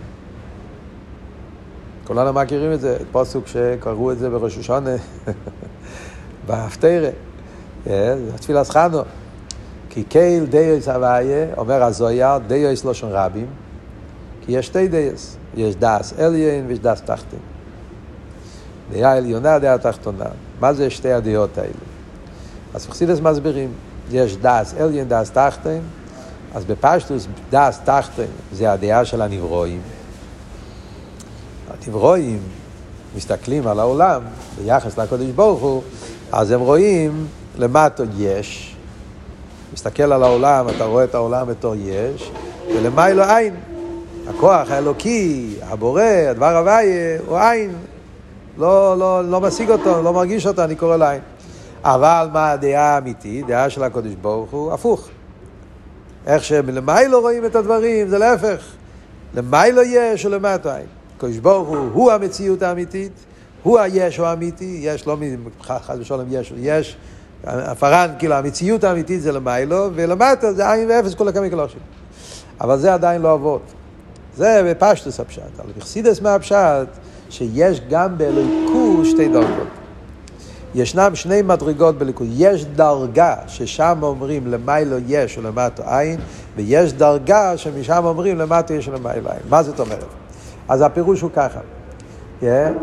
כולנו מכירים את זה, פסוק שקראו את זה בראש השנה, בהפטרה, תפילת חנו. כי קהל דיוס הוויה, אומר הזויר, דיוס לשון רבים, כי יש שתי דיוס, יש דאס עליון ויש דאס תחתון. דעה עליונה, דעה תחתונה. מה זה שתי הדעות האלה? אז חסידות מסבירים, יש דאס עליון, דאס תחתון, אז בפשטוס דאס תחתון זה הדעה של הנברואים. הנברואים מסתכלים על העולם ביחס לקדוש ברוך הוא, אז הם רואים למטה יש, מסתכל על העולם, אתה רואה את העולם בתור יש, ולמעלה אין. הכוח האלוקי, הבורא, הדבר הוויה, הוא אין. לא, לא, לא משיג אותו, לא מרגיש אותו, אני קורא לעין. אבל מה הדעה האמיתית? דעה של הקדוש ברוך הוא, הפוך. איך שלמעלה רואים את הדברים, זה להפך. למעלה יש ולמטה אין. הקדוש ברוך הוא, הוא המציאות האמיתית, הוא היש האמיתי, יש לא חס ושלום יש, יש, הפרן, כאילו המציאות האמיתית זה למיילו, ולמטה זה עין ואפס כל הקמי כלושים. אבל זה עדיין לא עבוד. זה בפשטוס הפשט. אבל בחסידס מהפשט, שיש גם באלוקות שתי דרגות. ישנם שני מדרגות בליכוד. יש דרגה ששם אומרים למיילו יש ולמטו עין, ויש דרגה שמשם אומרים למטו יש ולמיילו עין. מה זאת אומרת? אז הפירוש הוא ככה. Yeah.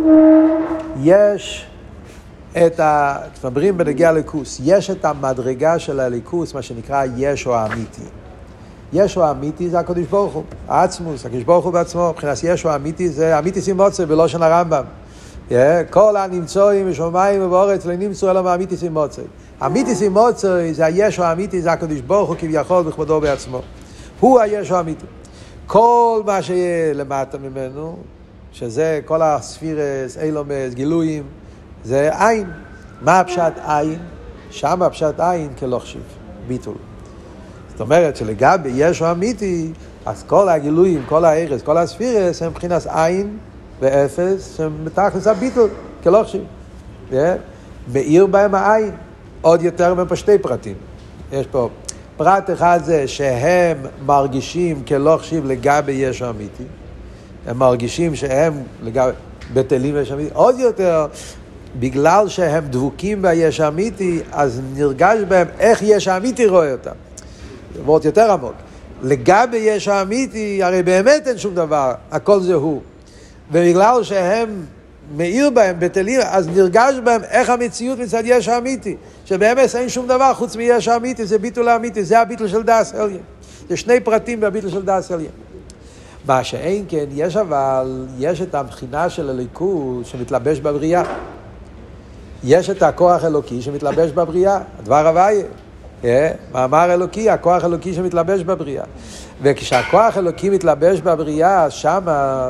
יש את ה... כשמדברים בנגיע לליכוס, יש את המדרגה של הליכוס, מה שנקרא יש או האמיתי. יש או האמיתי זה הקדוש ברוך הוא, העצמוס, הקדוש ברוך הוא בעצמו. מבחינת יש או האמיתי זה אמיתי סימוצה בלושן הרמב"ם. Yeah. כל הנמצואים בשמיים ובארץ לא נמצאו אלא מאמיתי סימוצה. אמיתי סימוצה זה היש או האמיתי, זה הקדוש ברוך הוא כביכול בכבודו בעצמו. הוא היש או האמיתי. כל מה שיהיה למטה ממנו, שזה כל הספירס, אילומס, גילויים, זה עין. מה הפשט עין? שם הפשט עין כלוכשיב, ביטול. זאת אומרת שלגבי יש או אמיתי, אז כל הגילויים, כל הארץ, כל הספירס, הם מבחינת עין ואפס, שהם מתחת הביטול כלוכשיב. מאיר בהם העין, עוד יותר מהם פה שתי פרטים. יש פה פרט אחד זה שהם מרגישים כלוכשיב לגבי יש או אמיתי. הם מרגישים שהם לגבי בטלים ויש אמיתי. עוד יותר, בגלל שהם דבוקים ביש אמיתי, אז נרגש בהם איך יש אמיתי רואה אותם. ועוד יותר עמוק. לגבי יש אמיתי, הרי באמת אין שום דבר, הכל זה הוא. ובגלל שהם מאיר בהם בטלים, אז נרגש בהם איך המציאות מצד יש אמיתי. שבאמת אין שום דבר חוץ מיש אמיתי, זה ביטול האמיתי, זה הביטול של דאס אליה. זה שני פרטים בביטול של דאס אליה. מה שאין כן, יש אבל, יש את הבחינה של הליכוז שמתלבש בבריאה. יש את הכוח אלוקי שמתלבש בבריאה, הדבר הוויה. מאמר אלוקי, הכוח אלוקי שמתלבש בבריאה. וכשהכוח אלוקי מתלבש בבריאה, שם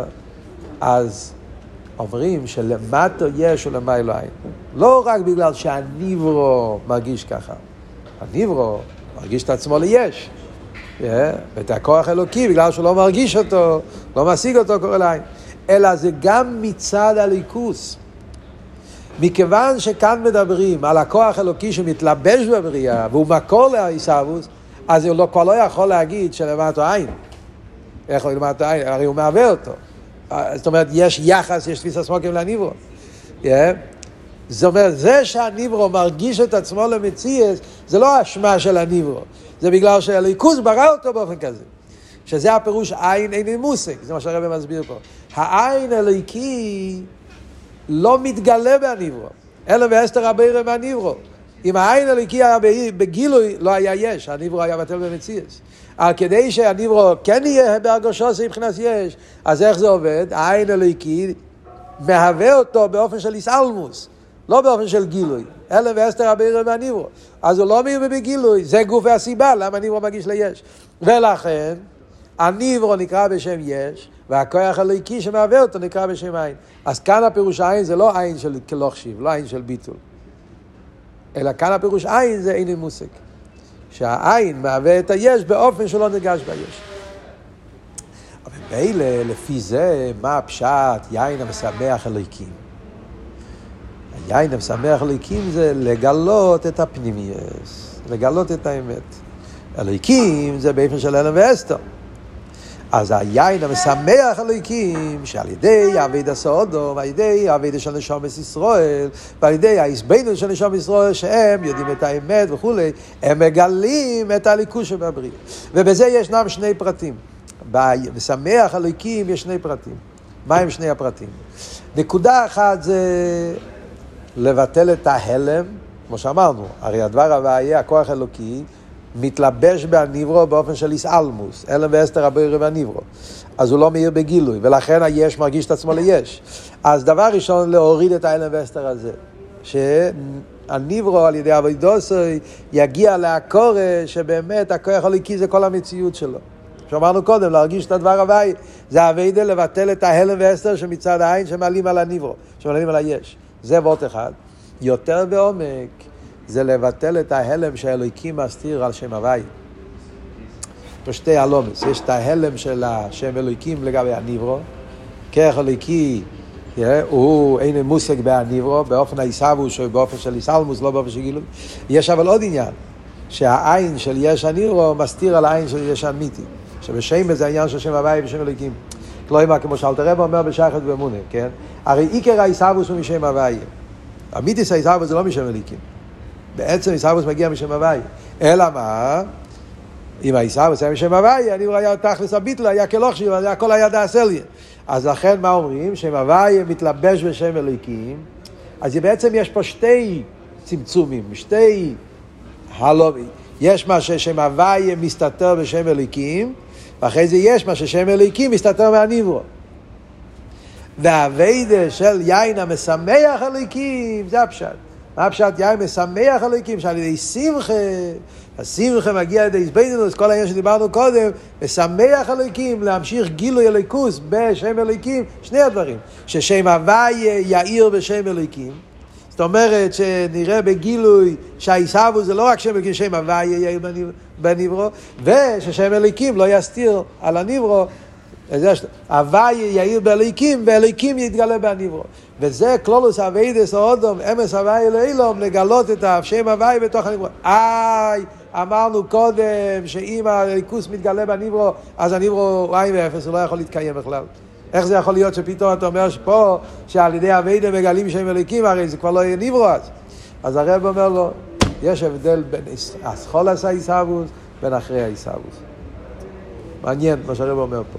אז אומרים שלמטו יש ולמיילו עין. לא רק בגלל שהניברו מרגיש ככה. הניברו מרגיש את עצמו ליש. ואת הכוח אלוקי, בגלל שהוא לא מרגיש אותו, לא משיג אותו, קורא לעין. אלא זה גם מצד הליכוס. מכיוון שכאן מדברים על הכוח אלוקי שמתלבש בבריאה, והוא מקור לעיסאוויס, אז הוא לא, כבר לא יכול להגיד שלמטו עין. איך הוא למטו עין? הרי הוא מהווה אותו. זאת אומרת, יש יחס, יש תפיסה סמוקים לניברו. Yeah. זאת אומרת, זה שהניברו מרגיש את עצמו למציאות, זה לא האשמה של הניברו. זה בגלל שהליכוז ברא אותו באופן כזה. שזה הפירוש עין אין מושג. זה מה שהרבא מסביר פה. העין אלוקי לא מתגלה בניברו. אלא ואסתר הבירה מהניברו. אם העין אלוקי היה בגילוי, לא היה יש. הניברו היה בטל במציאות. אבל כדי שהניברו כן יהיה בהרגשו מבחינת יש, אז איך זה עובד? העין אלוקי מהווה אותו באופן של איסלמוס. לא באופן של גילוי, אלא ואסתר הבירה מהניברו. אז הוא לא מהווה בגילוי, זה גוף והסיבה, למה הניברו מגיש ליש. ולכן, הניברו נקרא בשם יש, והכוח אלוקי שמהווה אותו נקרא בשם עין. אז כאן הפירוש עין זה לא עין של כלוכשיב, לא עין של ביטול. אלא כאן הפירוש עין זה אין מושג. שהעין מהווה את היש באופן שלא נרגש ביש. אבל באלה, לפי זה, מה הפשט יין המשמח אלוקים? היין המשמח אלוקים זה לגלות את הפנימיות, לגלות את האמת. אלוקים זה באופן של אלם ואסתר. אז היין המשמח אלוקים, שעל ידי עבד הסעודו, ועל ידי עבד של נשמת ישראל, ועל ידי ההסבנות של נשמת ישראל, שהם יודעים את האמת וכו', הם מגלים את הליכוז שבבריא. ובזה ישנם שני פרטים. במשמח אלוקים יש שני פרטים. מה הם שני הפרטים? נקודה אחת זה לבטל את ההלם, כמו שאמרנו, הרי הדבר הוויה, הכוח אלוקי, מתלבש בניברו באופן של איסלמוס, אלם ואסתר הבירה והניברו. אז הוא לא מאיר בגילוי, ולכן היש מרגיש את עצמו ליש. אז דבר ראשון, להוריד את האלם ואסתר הזה. שהניברו על ידי עבודתו יגיע להקורא שבאמת הכוח אלוקי זה כל המציאות שלו. שאמרנו קודם, להרגיש את הדבר הוואי, זה עבודה לבטל את ההלם ואסתר שמצד העין שמעלים על הניברו, שמעלים על היש. זה וורט אחד. יותר בעומק, זה לבטל את ההלם שהאלוקים מסתיר על שם הוואי. יש שתי הלומס, יש את ההלם של השם אלוקים לגבי הניברו, כרך אלוקי הוא אין מושג בהניברו, באופן הישאבוס או באופן של איסלמוס, לא באופן של גילוי. יש אבל עוד עניין, שהעין של יש הניברו מסתיר על העין של יש אמיתי, שבשם זה העניין של שם הוואי ושם אלוקים. כלומר, כמו שאלתר רבי אומר בשייכות ואמונה, כן? הרי עיקר הישאבוס הוא משם הוואי. אמיתיס הישאבוס זה לא משם אלוקים. בעצם הישאבוס מגיע משם הוואי. אלא מה? אם הישאבוס היה משם הוואי, הניברו היה תכלס הביטל, היה כלוכשי, הכל היה דאסליה. אז לכן מה אומרים? שם הוואי מתלבש בשם אלוקים. אז בעצם יש פה שתי צמצומים, שתי הלובי. יש מה ששם הוואי מסתתר בשם אלוקים, ואחרי זה יש מה ששם אלוקים מסתתר מהניברו. והעבודה של יין המשמח אלוקים, זה הפשט. מה הפשט? יין משמח אלוקים, שעל ידי שמחה, השמחה מגיע לידי הסבדינוס, כל העניין שדיברנו קודם, משמח אלוקים, להמשיך גילוי אלוקוס בשם אלוקים, שני הדברים. ששם הוואי יאיר בשם אלוקים, זאת אומרת שנראה בגילוי שהישאבוס זה לא רק שם אלוקים, שם הוואי יאיר בניברו, וששם אלוקים לא יסתיר על הניברו, הוואי יאיר באלוקים ואלוקים יתגלה בניברו. וזה כלולוס אביידס האודום, אמס הוואי אלוהים, לגלות את השם הוואי בתוך הניברו. איי, אמרנו קודם שאם הליכוס מתגלה בניברו, אז הניברו הוא עין ואפס, הוא לא יכול להתקיים בכלל. איך זה יכול להיות שפתאום אתה אומר שפה, שעל ידי אביידה מגלים שם אלוקים, הרי זה כבר לא יהיה ניברו אז. אז הרב אומר לו, יש הבדל בין אסכולס הישאבוס, בין אחרי הישאבוס. מעניין מה שהרב אומר פה.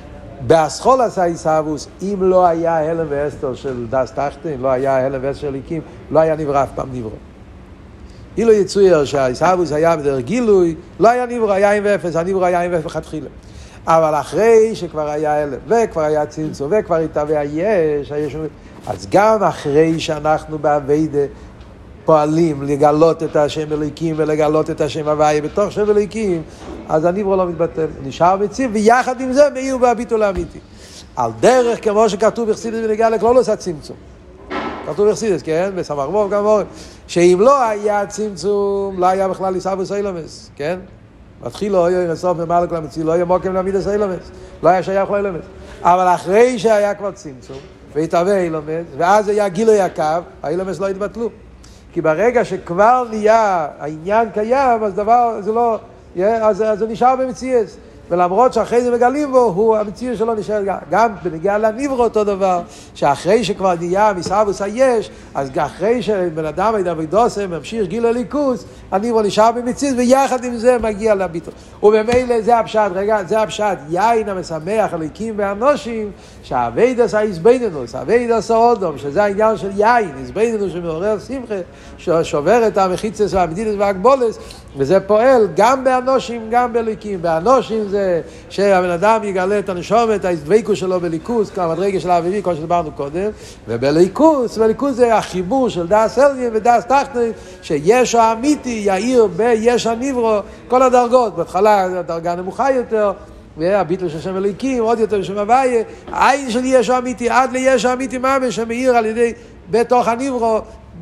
באסכולס הישאבוס, אם לא היה הלם ואסתר של דס תחתין, לא היה הלם ואסתר של אלוקים, לא היה נברא אף פעם נברא. אילו יצויר שהישאבוס היה בדרך גילוי, לא היה נברא, היה עם ואפס, הנברא היה עם ואפס בכתחילה. אבל אחרי שכבר היה הלם, וכבר היה צמצום, וכבר התהווה היש, היש, אז גם אחרי שאנחנו בעבודה פועלים לגלות את השם אלוקים ולגלות את השם הוואי בתוך שם אלוקים, אז הנברא לא מתבטל, נשאר מציב, ויחד עם זה מאיר בהביטול האמיתי. על דרך כמו שכתוב בחסידות בנגיעה לכלולוס הצמצום. כתוב בחסידות, כן? בסמ"ך ו' גם אומרים, שאם לא היה צמצום, לא היה בכלל הישאבוס אילומס, כן? מתחיל לא היה בסוף ממעלה כל המציא, לא היה מוקם להעמיד את אילומס, לא היה שייך לאילומס. אבל אחרי שהיה כבר צמצום, והתהווה אילומס, ואז היה גילוי הקו, האילומס לא התבטלו. כי ברגע שכבר נהיה העניין קיים, אז דבר, זה לא, אז, אז הוא נשאר במציאות. ולמרות שאחרי זה מגלים בו, הוא, המציאות שלו נשאר גם, גם בנגיעה לניברו אותו דבר, שאחרי שכבר נהיה מסעבוס היש, אז אחרי שבן אדם הידע ודוסם, ממשיך גיל הליכוס, הניברו נשאר במציאות, ויחד עם זה מגיע לביטול. ובמילא זה הפשט, רגע, זה הפשט, יין המשמח הליקים והנושים, שהאביידס ההסבדינוס, האביידס האודום, שזה העניין של יין, הסבדינוס שמעורר שמחה, ששובר את המחיצס והמדידס והגבולס, וזה פועל גם באנושים, גם בליקים. באנושים זה שהבן אדם יגלה את הנשומת, ההדבקות שלו בליכוס, כמדרגה של האביבי, כמו שדיברנו קודם, ובליכוס, בליכוס זה החיבור של דאס עליון ודאס תחתון, שיש האמיתי יאיר ביש הניברו, כל הדרגות, בהתחלה הדרגה נמוכה יותר, והביטול של שם אלוקים, עוד יותר שם הוויה, העין של יש האמיתי, עד ליש האמיתי ממש, שמאיר על ידי בתוך הניברו,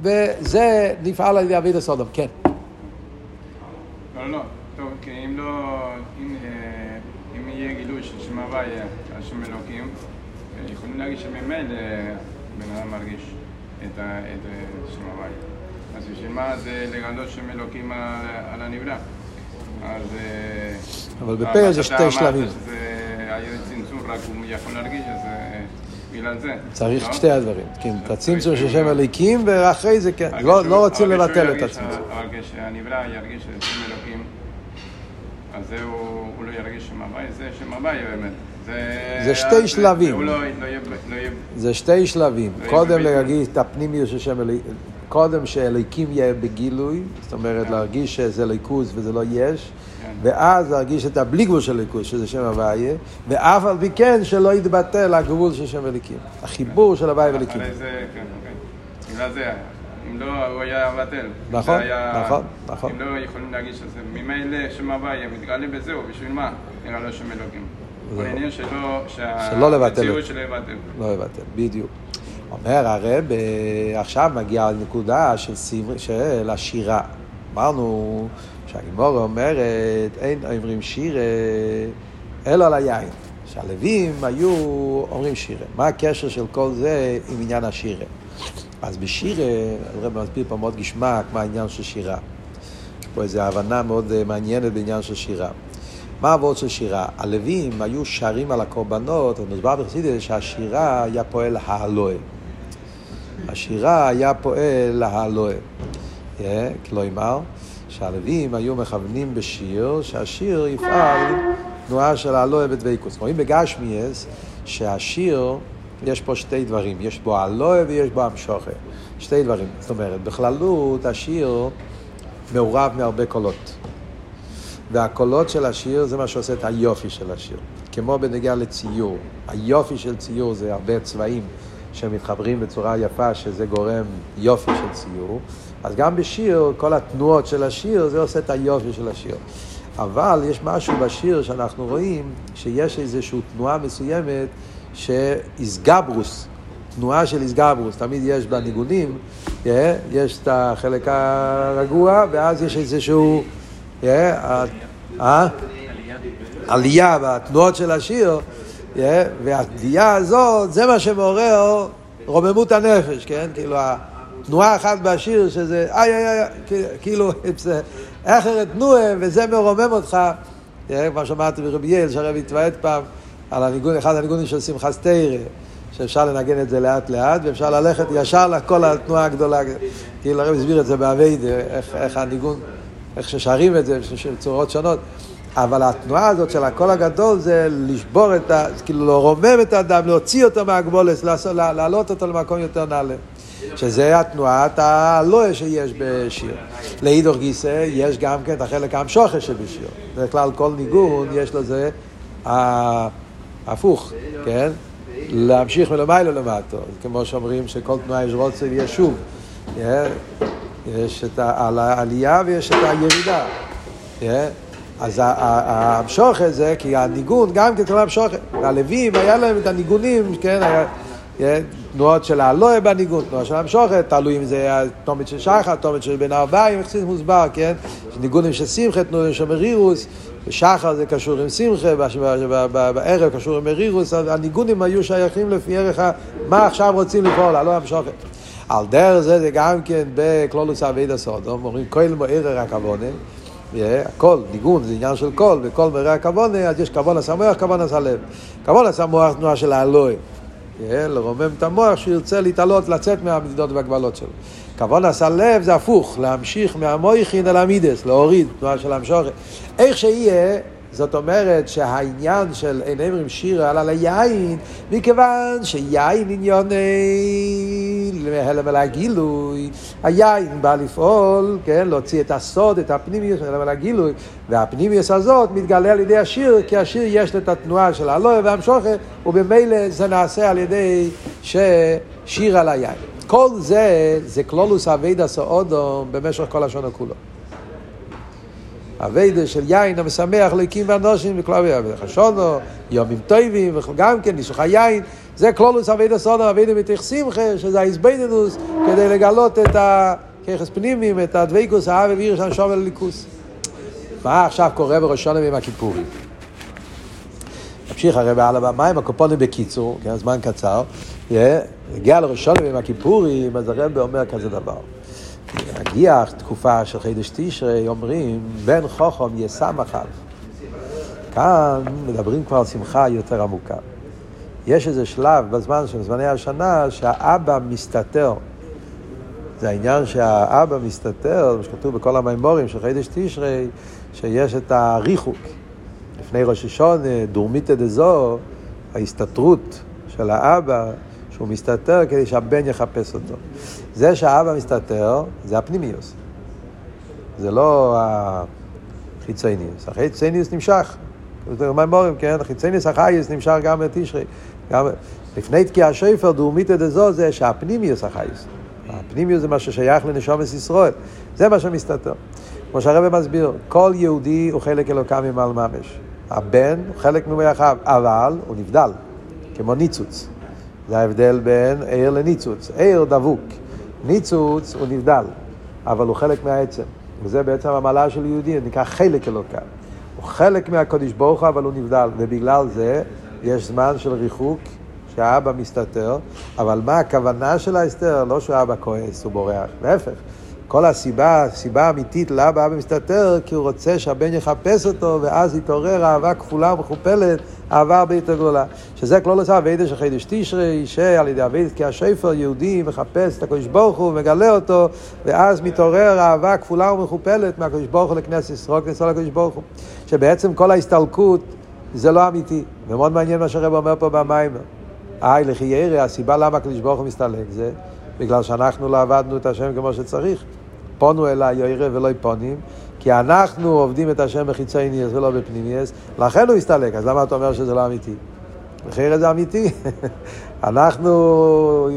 וזה נפעל על ידי אביידס סודום. כן. לא, לא, טוב, כי אם לא, אם, אם יהיה גילוי של שם הוויה על שם אלוקים, יכולים להגיד שממילא בן אדם מרגיש את, את שם הוויה. אז בשביל מה זה לגלות שם אלוקים על, על הנברא? אז... אבל בפה זה שתי שלבים. זה היה צמצום, רק הוא יכול להרגיש, אז בגלל זה. צריך שתי הדברים. כן, את הצמצום של שם אלוקים, ואחרי זה כן. לא רוצים לבטל את הצמצום. אבל כשהנברא ירגיש את שם אלוקים, אז זהו, הוא לא ירגיש שם הוויה, זה שם הוויה באמת. זה שתי שלבים. זה שתי שלבים. קודם להרגיש את הפנימיות של שם אלוקים. קודם שאלוקים יהיה בגילוי, זאת אומרת להרגיש שזה ליכוז וזה לא יש, ואז להרגיש את הבליגבול של ליכוז, שזה שם הוויה, ואף על פי כן שלא יתבטל הגבול של שם אלוקים, החיבור של הוויה וליקים. הרי זה, כן, כן. בגלל זה, אם לא, הוא היה מבטל. נכון, נכון, נכון. אם לא יכולים להגיש את זה, ממילא שם הוויה, מתגלה בזהו, בשביל מה? נראה לו שם אלוקים. הוא העניין שלא לבטל. שלא לבטל. לא לבטל, בדיוק. אומר הרב, עכשיו מגיע לנקודה של, של השירה. אמרנו שהגימורה אומרת, אין אומרים שיר אלא על היין. שהלווים היו אומרים שירה. מה הקשר של כל זה עם עניין השירה? אז בשירה, הרב מסביר פה מאוד גשמק מה העניין של שירה. פה איזו הבנה מאוד מעניינת בעניין של שירה. מה העבוד של שירה? הלווים היו שרים על הקורבנות, ומסבר בחסידות שהשירה היה פועל להעלוה. השירה היה פועל להעלוה. כלומר, שהלווים היו מכוונים בשיר, שהשיר יפעל תנועה של העלוה בדבקות. רואים בגשמיאס שהשיר, יש פה שתי דברים, יש בו העלוה ויש בו המשוכה. שתי דברים. זאת אומרת, בכללות השיר מעורב מהרבה קולות. והקולות של השיר זה מה שעושה את היופי של השיר. כמו בנגיע לציור. היופי של ציור זה הרבה צבעים שמתחברים בצורה יפה, שזה גורם יופי של ציור. אז גם בשיר, כל התנועות של השיר, זה עושה את היופי של השיר. אבל יש משהו בשיר שאנחנו רואים, שיש איזושהי תנועה מסוימת, שאיסגברוס, תנועה של איסגברוס, תמיד יש בניגונים, יש את החלק הרגוע, ואז יש איזשהו, עלייה בתנועות של השיר, והעלייה הזאת, זה מה שמעורר רוממות הנפש, כן? כאילו, תנועה אחת בשיר שזה, איי איי איי, כאילו, אחרת תנועה, וזה מרומם אותך, כמו שאמרתי ברבי יעל, שהרב התוועד פעם, על הניגון, אחד הניגונים של שמחת תורה, שאפשר לנגן את זה לאט לאט, ואפשר ללכת ישר לכל התנועה הגדולה, כאילו הרב הסביר את זה בעבד, איך, איך הניגון, איך ששרים את זה, בצורות שונות, אבל התנועה הזאת של הקול הגדול זה לשבור את ה... כאילו לרומם את האדם, להוציא אותו מהגבולת, להעלות אותו למקום יותר נעלה. שזה התנועת הלואה שיש בשיר. להידור גיסא יש גם כן את החלק המשוכה שבשיר. בכלל כל ניגון יש לזה ההפוך, כן? להמשיך מלמעלה למטה. כמו שאומרים שכל תנועה יש רוצה ויש שוב. יש את העלייה ויש את הירידה. אז המשוכה זה, כי הניגון גם כתנועה המשוכה. הלווים היה להם את הניגונים, כן? היה תנועות של הלואה בניגון, תנועה של המשוכה, תלוי אם זה היה תומד של שחר, תומד של בין ארבעים, איך זה מוסבר, כן? ניגונים של שמחה, תנועים של מרירוס, בשחר זה קשור עם שמחה, בערב קשור עם מרירוס, הניגונים היו שייכים לפי ערך מה עכשיו רוצים לפעול, הלואה המשוכה. על דרך זה זה גם כן בכלולוס אביידע סודום, אומרים כל מאיר הכוונה, הכל, ניגון זה עניין של כל, וכל מאיר הכוונה, אז יש כוונה שמח, כוונה סלב. כוונה שמח תנועה של הלואה. לרומם את המוח שירצה להתעלות, לצאת מהמדידות והגבלות שלו. כוון עשה לב זה הפוך, להמשיך מהמויכין אל המידס, להוריד, תנועה של המשוכת. איך שיהיה, זאת אומרת שהעניין של אין אמרים שירה על היין, מכיוון שיין עניוני להלם על הגילוי, היין בא לפעול, כן, להוציא את הסוד, את הפנימיוס להלם על הגילוי, והפנימיוס הזאת מתגלה על ידי השיר, כי השיר יש לו את התנועה של הלואה והמשוכת, ובמילא זה נעשה על ידי ששיר על היין. כל זה, זה כלולוס אביידע סאודום במשך כל השנה כולו. אביידע של יין המשמח אלוקים ואנושים וכלל חשונו, יומים טובים וגם כן ניסוך היין, זה כלולוס אביידע סאודום, אביידע מתוך שמחה, שזה ההסבדנוס, כדי לגלות את הכיחס פנימיים, את הדבקוס, האהבה ואיר שם שווה לליכוס. מה עכשיו קורה בראש השנה ועם הכיפורים? נמשיך הרי בעל הבמה, הקופונים בקיצור, כן, הזמן קצר, הגיע לראש השנה ועם הכיפורים, אז הרב אומר כזה דבר. הגיע תקופה של חידש תשרי, אומרים, בן חוכם ישמח עליו. כאן מדברים כבר על שמחה יותר עמוקה. יש איזה שלב בזמן של זמני השנה שהאבא מסתתר. זה העניין שהאבא מסתתר, שכתוב בכל המימורים של חידש תשרי, שיש את הריחוק. לפני ראש השנה, דורמיתא דזו, ההסתתרות של האבא, שהוא מסתתר כדי שהבן יחפש אותו. זה שהאבא מסתתר, זה הפנימיוס. זה לא החיצוניוס. החיצוניוס נמשך. מימורים, כן? החיצוניוס החייס נמשך גם בתשרי. גם... לפני תקיע השופר, דורמיתא דזו, זה שהפנימיוס החייס. הפנימיוס זה מה ששייך לנשומת ישראל. זה מה שמסתתר. כמו שהרב מסביר, כל יהודי הוא חלק אלוקם ממעל ממש. הבן הוא חלק ממייחיו, אבל הוא נבדל, כמו ניצוץ. זה ההבדל בין עיר לניצוץ. עיר דבוק. ניצוץ הוא נבדל, אבל הוא חלק מהעצם. וזה בעצם המעלה של יהודי, נקרא חלק אלוקם. הוא חלק מהקדוש ברוך הוא, אבל הוא נבדל. ובגלל זה יש זמן של ריחוק, שהאבא מסתתר, אבל מה הכוונה של ההסתר? לא שהאבא כועס, הוא בורח, להפך. כל הסיבה, הסיבה האמיתית לאבא אבא מסתתר, כי הוא רוצה שהבן יחפש אותו, ואז יתעורר אהבה כפולה ומכופלת, אהבה הרבה יותר גדולה. שזה כלול עושה אביידה של חידש תשרי, שעל ידי אביידה כי השפר יהודי מחפש את הקדוש ברוך הוא, ומגלה אותו, ואז מתעורר אהבה כפולה ומכופלת מהקדוש ברוך הוא לכנסת ישראל, כניסה לקדוש ברוך הוא. שבעצם כל ההסתלקות זה לא אמיתי. ומאוד מעניין מה שהרב אומר פה במים. איי, לכי ירא, הסיבה למה הקדוש ברוך הוא מסתלק זה בגלל שאנחנו לא עבדנו את השם כמו שצריך. פונו אליי ירא ולא פונים, כי אנחנו עובדים את השם בחיצייניוס ולא בפנימיוס, לכן הוא הסתלק. אז למה אתה אומר שזה לא אמיתי? לכי זה אמיתי. אנחנו,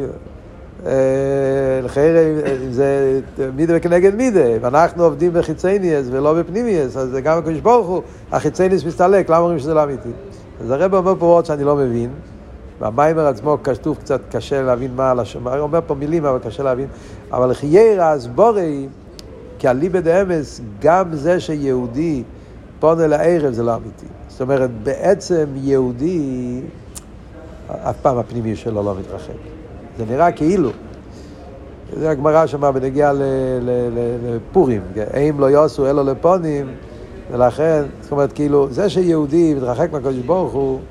לכי זה מידה וכנגד מידה, ואנחנו עובדים בחיצייניוס ולא בפנימיוס, אז גם הקדוש ברוך הוא, החיצייניוס מסתלק, למה אומרים שזה לא אמיתי? אז הרב אומר פה עוד שאני לא מבין, והמיימר עצמו כתוב קצת קשה להבין מה על השם, הוא אומר פה מילים אבל קשה להבין, אבל חיירה הסבורי, כי הליבד האמס, גם זה שיהודי פונה לערב זה לא אמיתי. זאת אומרת, בעצם יהודי, אף פעם הפנימי שלו לא מתרחק. זה נראה כאילו. זה הגמרא שמה בנגיע לפורים, אם לא יוסו אלו לפונים, ולכן, זאת אומרת, כאילו, זה שיהודי מתרחק מהקדוש ברוך הוא,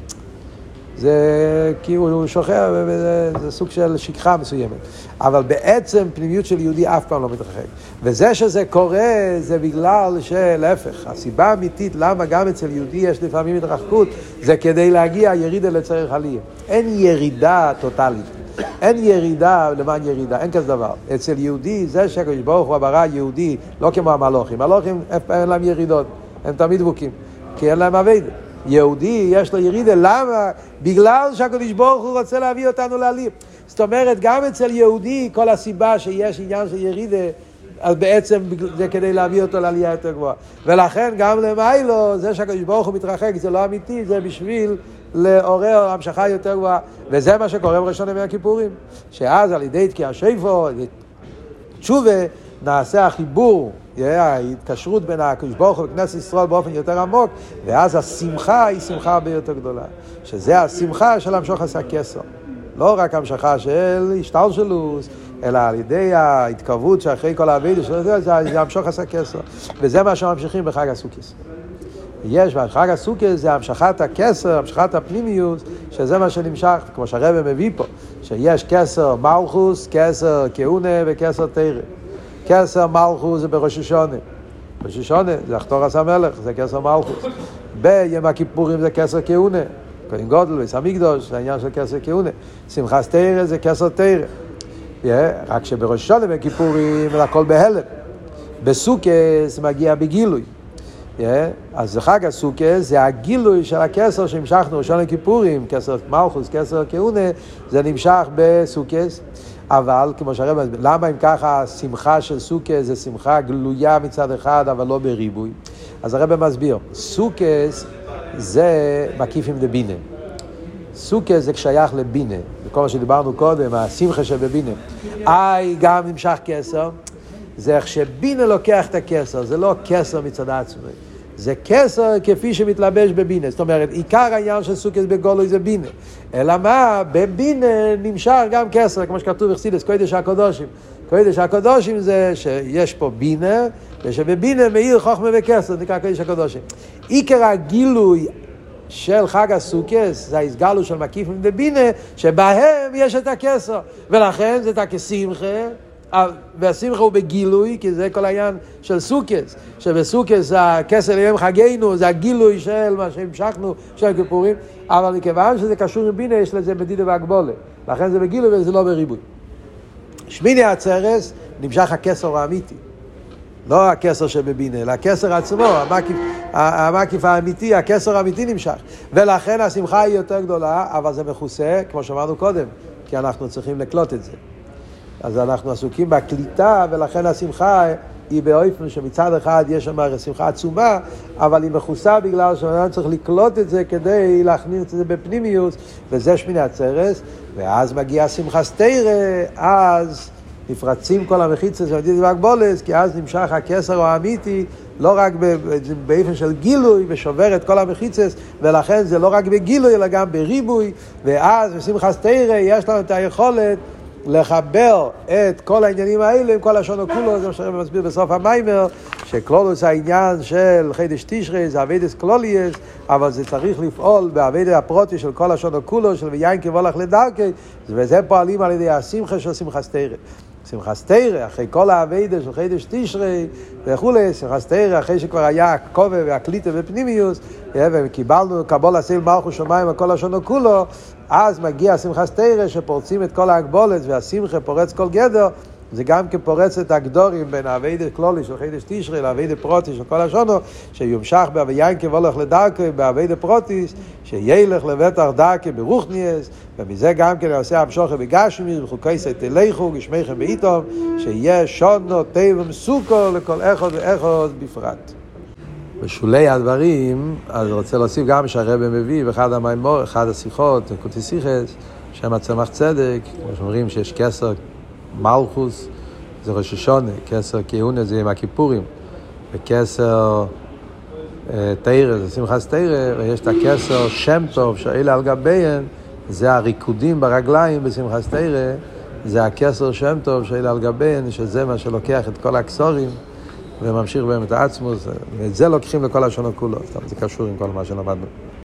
זה כאילו הוא שוכח, זה, זה סוג של שכחה מסוימת. אבל בעצם פנימיות של יהודי אף פעם לא מתרחק. וזה שזה קורה זה בגלל שלהפך, הסיבה האמיתית למה גם אצל יהודי יש לפעמים התרחקות, זה כדי להגיע ירידה לצריך עלייה. אין ירידה טוטלית. אין ירידה למען ירידה, אין כזה דבר. אצל יהודי זה שהקדוש ברוך הוא ברא יהודי, לא כמו המלוכים. המלוכים אין להם ירידות, הם תמיד דבוקים, כי אין להם עבודה. יהודי יש לו ירידה, למה? בגלל שהקדוש ברוך הוא רוצה להביא אותנו לעלייה. זאת אומרת, גם אצל יהודי, כל הסיבה שיש עניין של ירידה, אז בעצם זה כדי להביא אותו לעלייה יותר גבוהה. ולכן גם למיילו, זה שהקדוש ברוך הוא מתרחק, זה לא אמיתי, זה בשביל לעורר המשכה יותר גבוהה. וזה מה שקורה בראשון ימי הכיפורים. שאז על ידי תקיע שופר, תשובה, נעשה החיבור, ההתקשרות בין הקדוש ברוך הוא וכנסת ישראל באופן יותר עמוק, ואז השמחה היא שמחה הרבה יותר גדולה. שזה השמחה של המשוך עשה כסר. לא רק המשכה של השתלשלות, אלא על ידי ההתקרבות שאחרי כל העבודה של זה, זה המשוך עשה כסר. וזה מה שממשיכים בחג הסוכות. יש בחג הסוכות זה המשכת הכסר, המשכת הפנימיות, שזה מה שנמשך, כמו שהרב מביא פה, שיש כסר מלכוס, כסר כהונה וכסר תורה. כסר מלכוס זה בראש השונה. בראש השונה זה אחתורס המלך, זה כסר מלכוס. ביום הכיפורים זה כסר כהונה. כהן גודל ובית המקדש, זה העניין של כסר כהונה. שמחת תורה זה כסר תורה. רק שבראש השונה בכיפורים הכל בהלם. בסוכות מגיע בגילוי. אז חג הסוכות זה הגילוי של הכסר שהמשכנו ראשון לכיפורים, כסר מלכוס, כסר כהונה, זה נמשך בסוכות. אבל כמו שהרב, למה אם ככה השמחה של סוכות זה שמחה גלויה מצד אחד אבל לא בריבוי? אז הרב מסביר, סוכות זה מקיף עם דבינה. סוכות זה שייך לבינה, בכל מה שדיברנו קודם, השמחה שבבינה. איי, גם נמשך כסר, זה איך שבינה לוקח את הכסר, זה לא כסר מצד עצמי. זה כסר כפי שמתלבש בבינה. זאת אומרת, עיקר העניין של סוכות בגולוי זה בינה. אלא מה? בבינה נמשך גם כסר, כמו שכתוב בחסידות, קודש הקודשים. קודש הקודשים זה שיש פה בינה, ושבבינה מאיר חוכמה וכסר, זה נקרא קודש הקודשים. עיקר הגילוי של חג הסוכות זה ההסגלו של מקיפים בבינה, שבהם יש את הכסר. ולכן זה את הכשמחה, והשמחה הוא בגילוי, כי זה כל העניין של סוכות, שבסוכות הכסר ליום חגינו, זה הגילוי של מה שהמשכנו, של כיפורים, אבל מכיוון שזה קשור עם בינה, יש לזה מדידה והגבולה, לכן זה בגילוי וזה לא בריבוי. שמיני עצרס נמשך הכסר האמיתי, לא הכסר שבבינה, אלא הכסר עצמו, המקיף, המקיף האמיתי, הכסר האמיתי נמשך, ולכן השמחה היא יותר גדולה, אבל זה מכוסה, כמו שאמרנו קודם, כי אנחנו צריכים לקלוט את זה. אז אנחנו עסוקים בקליטה, ולכן השמחה היא באופן שמצד אחד יש שם שמחה עצומה, אבל היא מכוסה בגלל שאנחנו צריך לקלוט את זה כדי להכניס את זה בפנימיות, וזה שמיני עצרס, ואז מגיעה שמחה סתירה, אז נפרצים כל המחיצה של הדידי והגבולס, כי אז נמשך הכסר האמיתי, לא רק באופן של גילוי, ושובר את כל המחיצה, ולכן זה לא רק בגילוי, אלא גם בריבוי, ואז בשמחת תורה יש לנו את היכולת לחבר את כל העניינים האלה עם כל השון הכולו. זה מה שהרב מסביר בסוף המיימר, שכלולוס העניין של חידש תשרי זה עבודת כלוליות, אבל זה צריך לפעול בעבודת הפרוטי של כל השון הכולו, של ויין כבולך לדרכי, וזה פועלים על ידי השמחה של שמחת תורה. שמחת תורה, אחרי כל העבודה של חידש תשרי וכולי, שמחת תורה, אחרי שכבר היה הכובע והקליטה בפנימיוס, וקיבלנו קבול עשיל מלכות שמיים וכל השון הכולו, אז מגיע שמחת תורה שפורצים את כל ההגבולת, והשמחה פורץ כל גדר. זה גם כן פורץ את הגדורים בין העבודת כלולי של חידש תשרי לעבודת פרוטי של כל השונו, שיומשך בהוויין כבולך לדרכי בעבודת פרוטיס, שילך לבטח דרכי ברוחניאס, ומזה גם כן עושה המשוכר בגשמי, וחוקי תלכו גשמיכם בעיתום, שיהיה שונו טבע מסוכו לכל אחד ואחד בפרט. בשולי הדברים, אז רוצה להוסיף גם שהרב מביא באחד המיימור, אחד השיחות, קוטי שיחס, שם הצמח צדק, כמו שאומרים שיש כסר מלכוס, זה ראש השונה, כסר כהונה זה עם הכיפורים, וכסר אה, תירה, זה שמחת תורה, ויש את הכסר שם טוב, שאלה על גביהן, זה הריקודים ברגליים בשמחת תורה, זה הכסר שם טוב, שאלה על גביהן, שזה מה שלוקח את כל הכסורים, וממשיך בהם את העצמוס, ואת זה לוקחים לכל השונות כולו, זה קשור עם כל מה שלמדנו.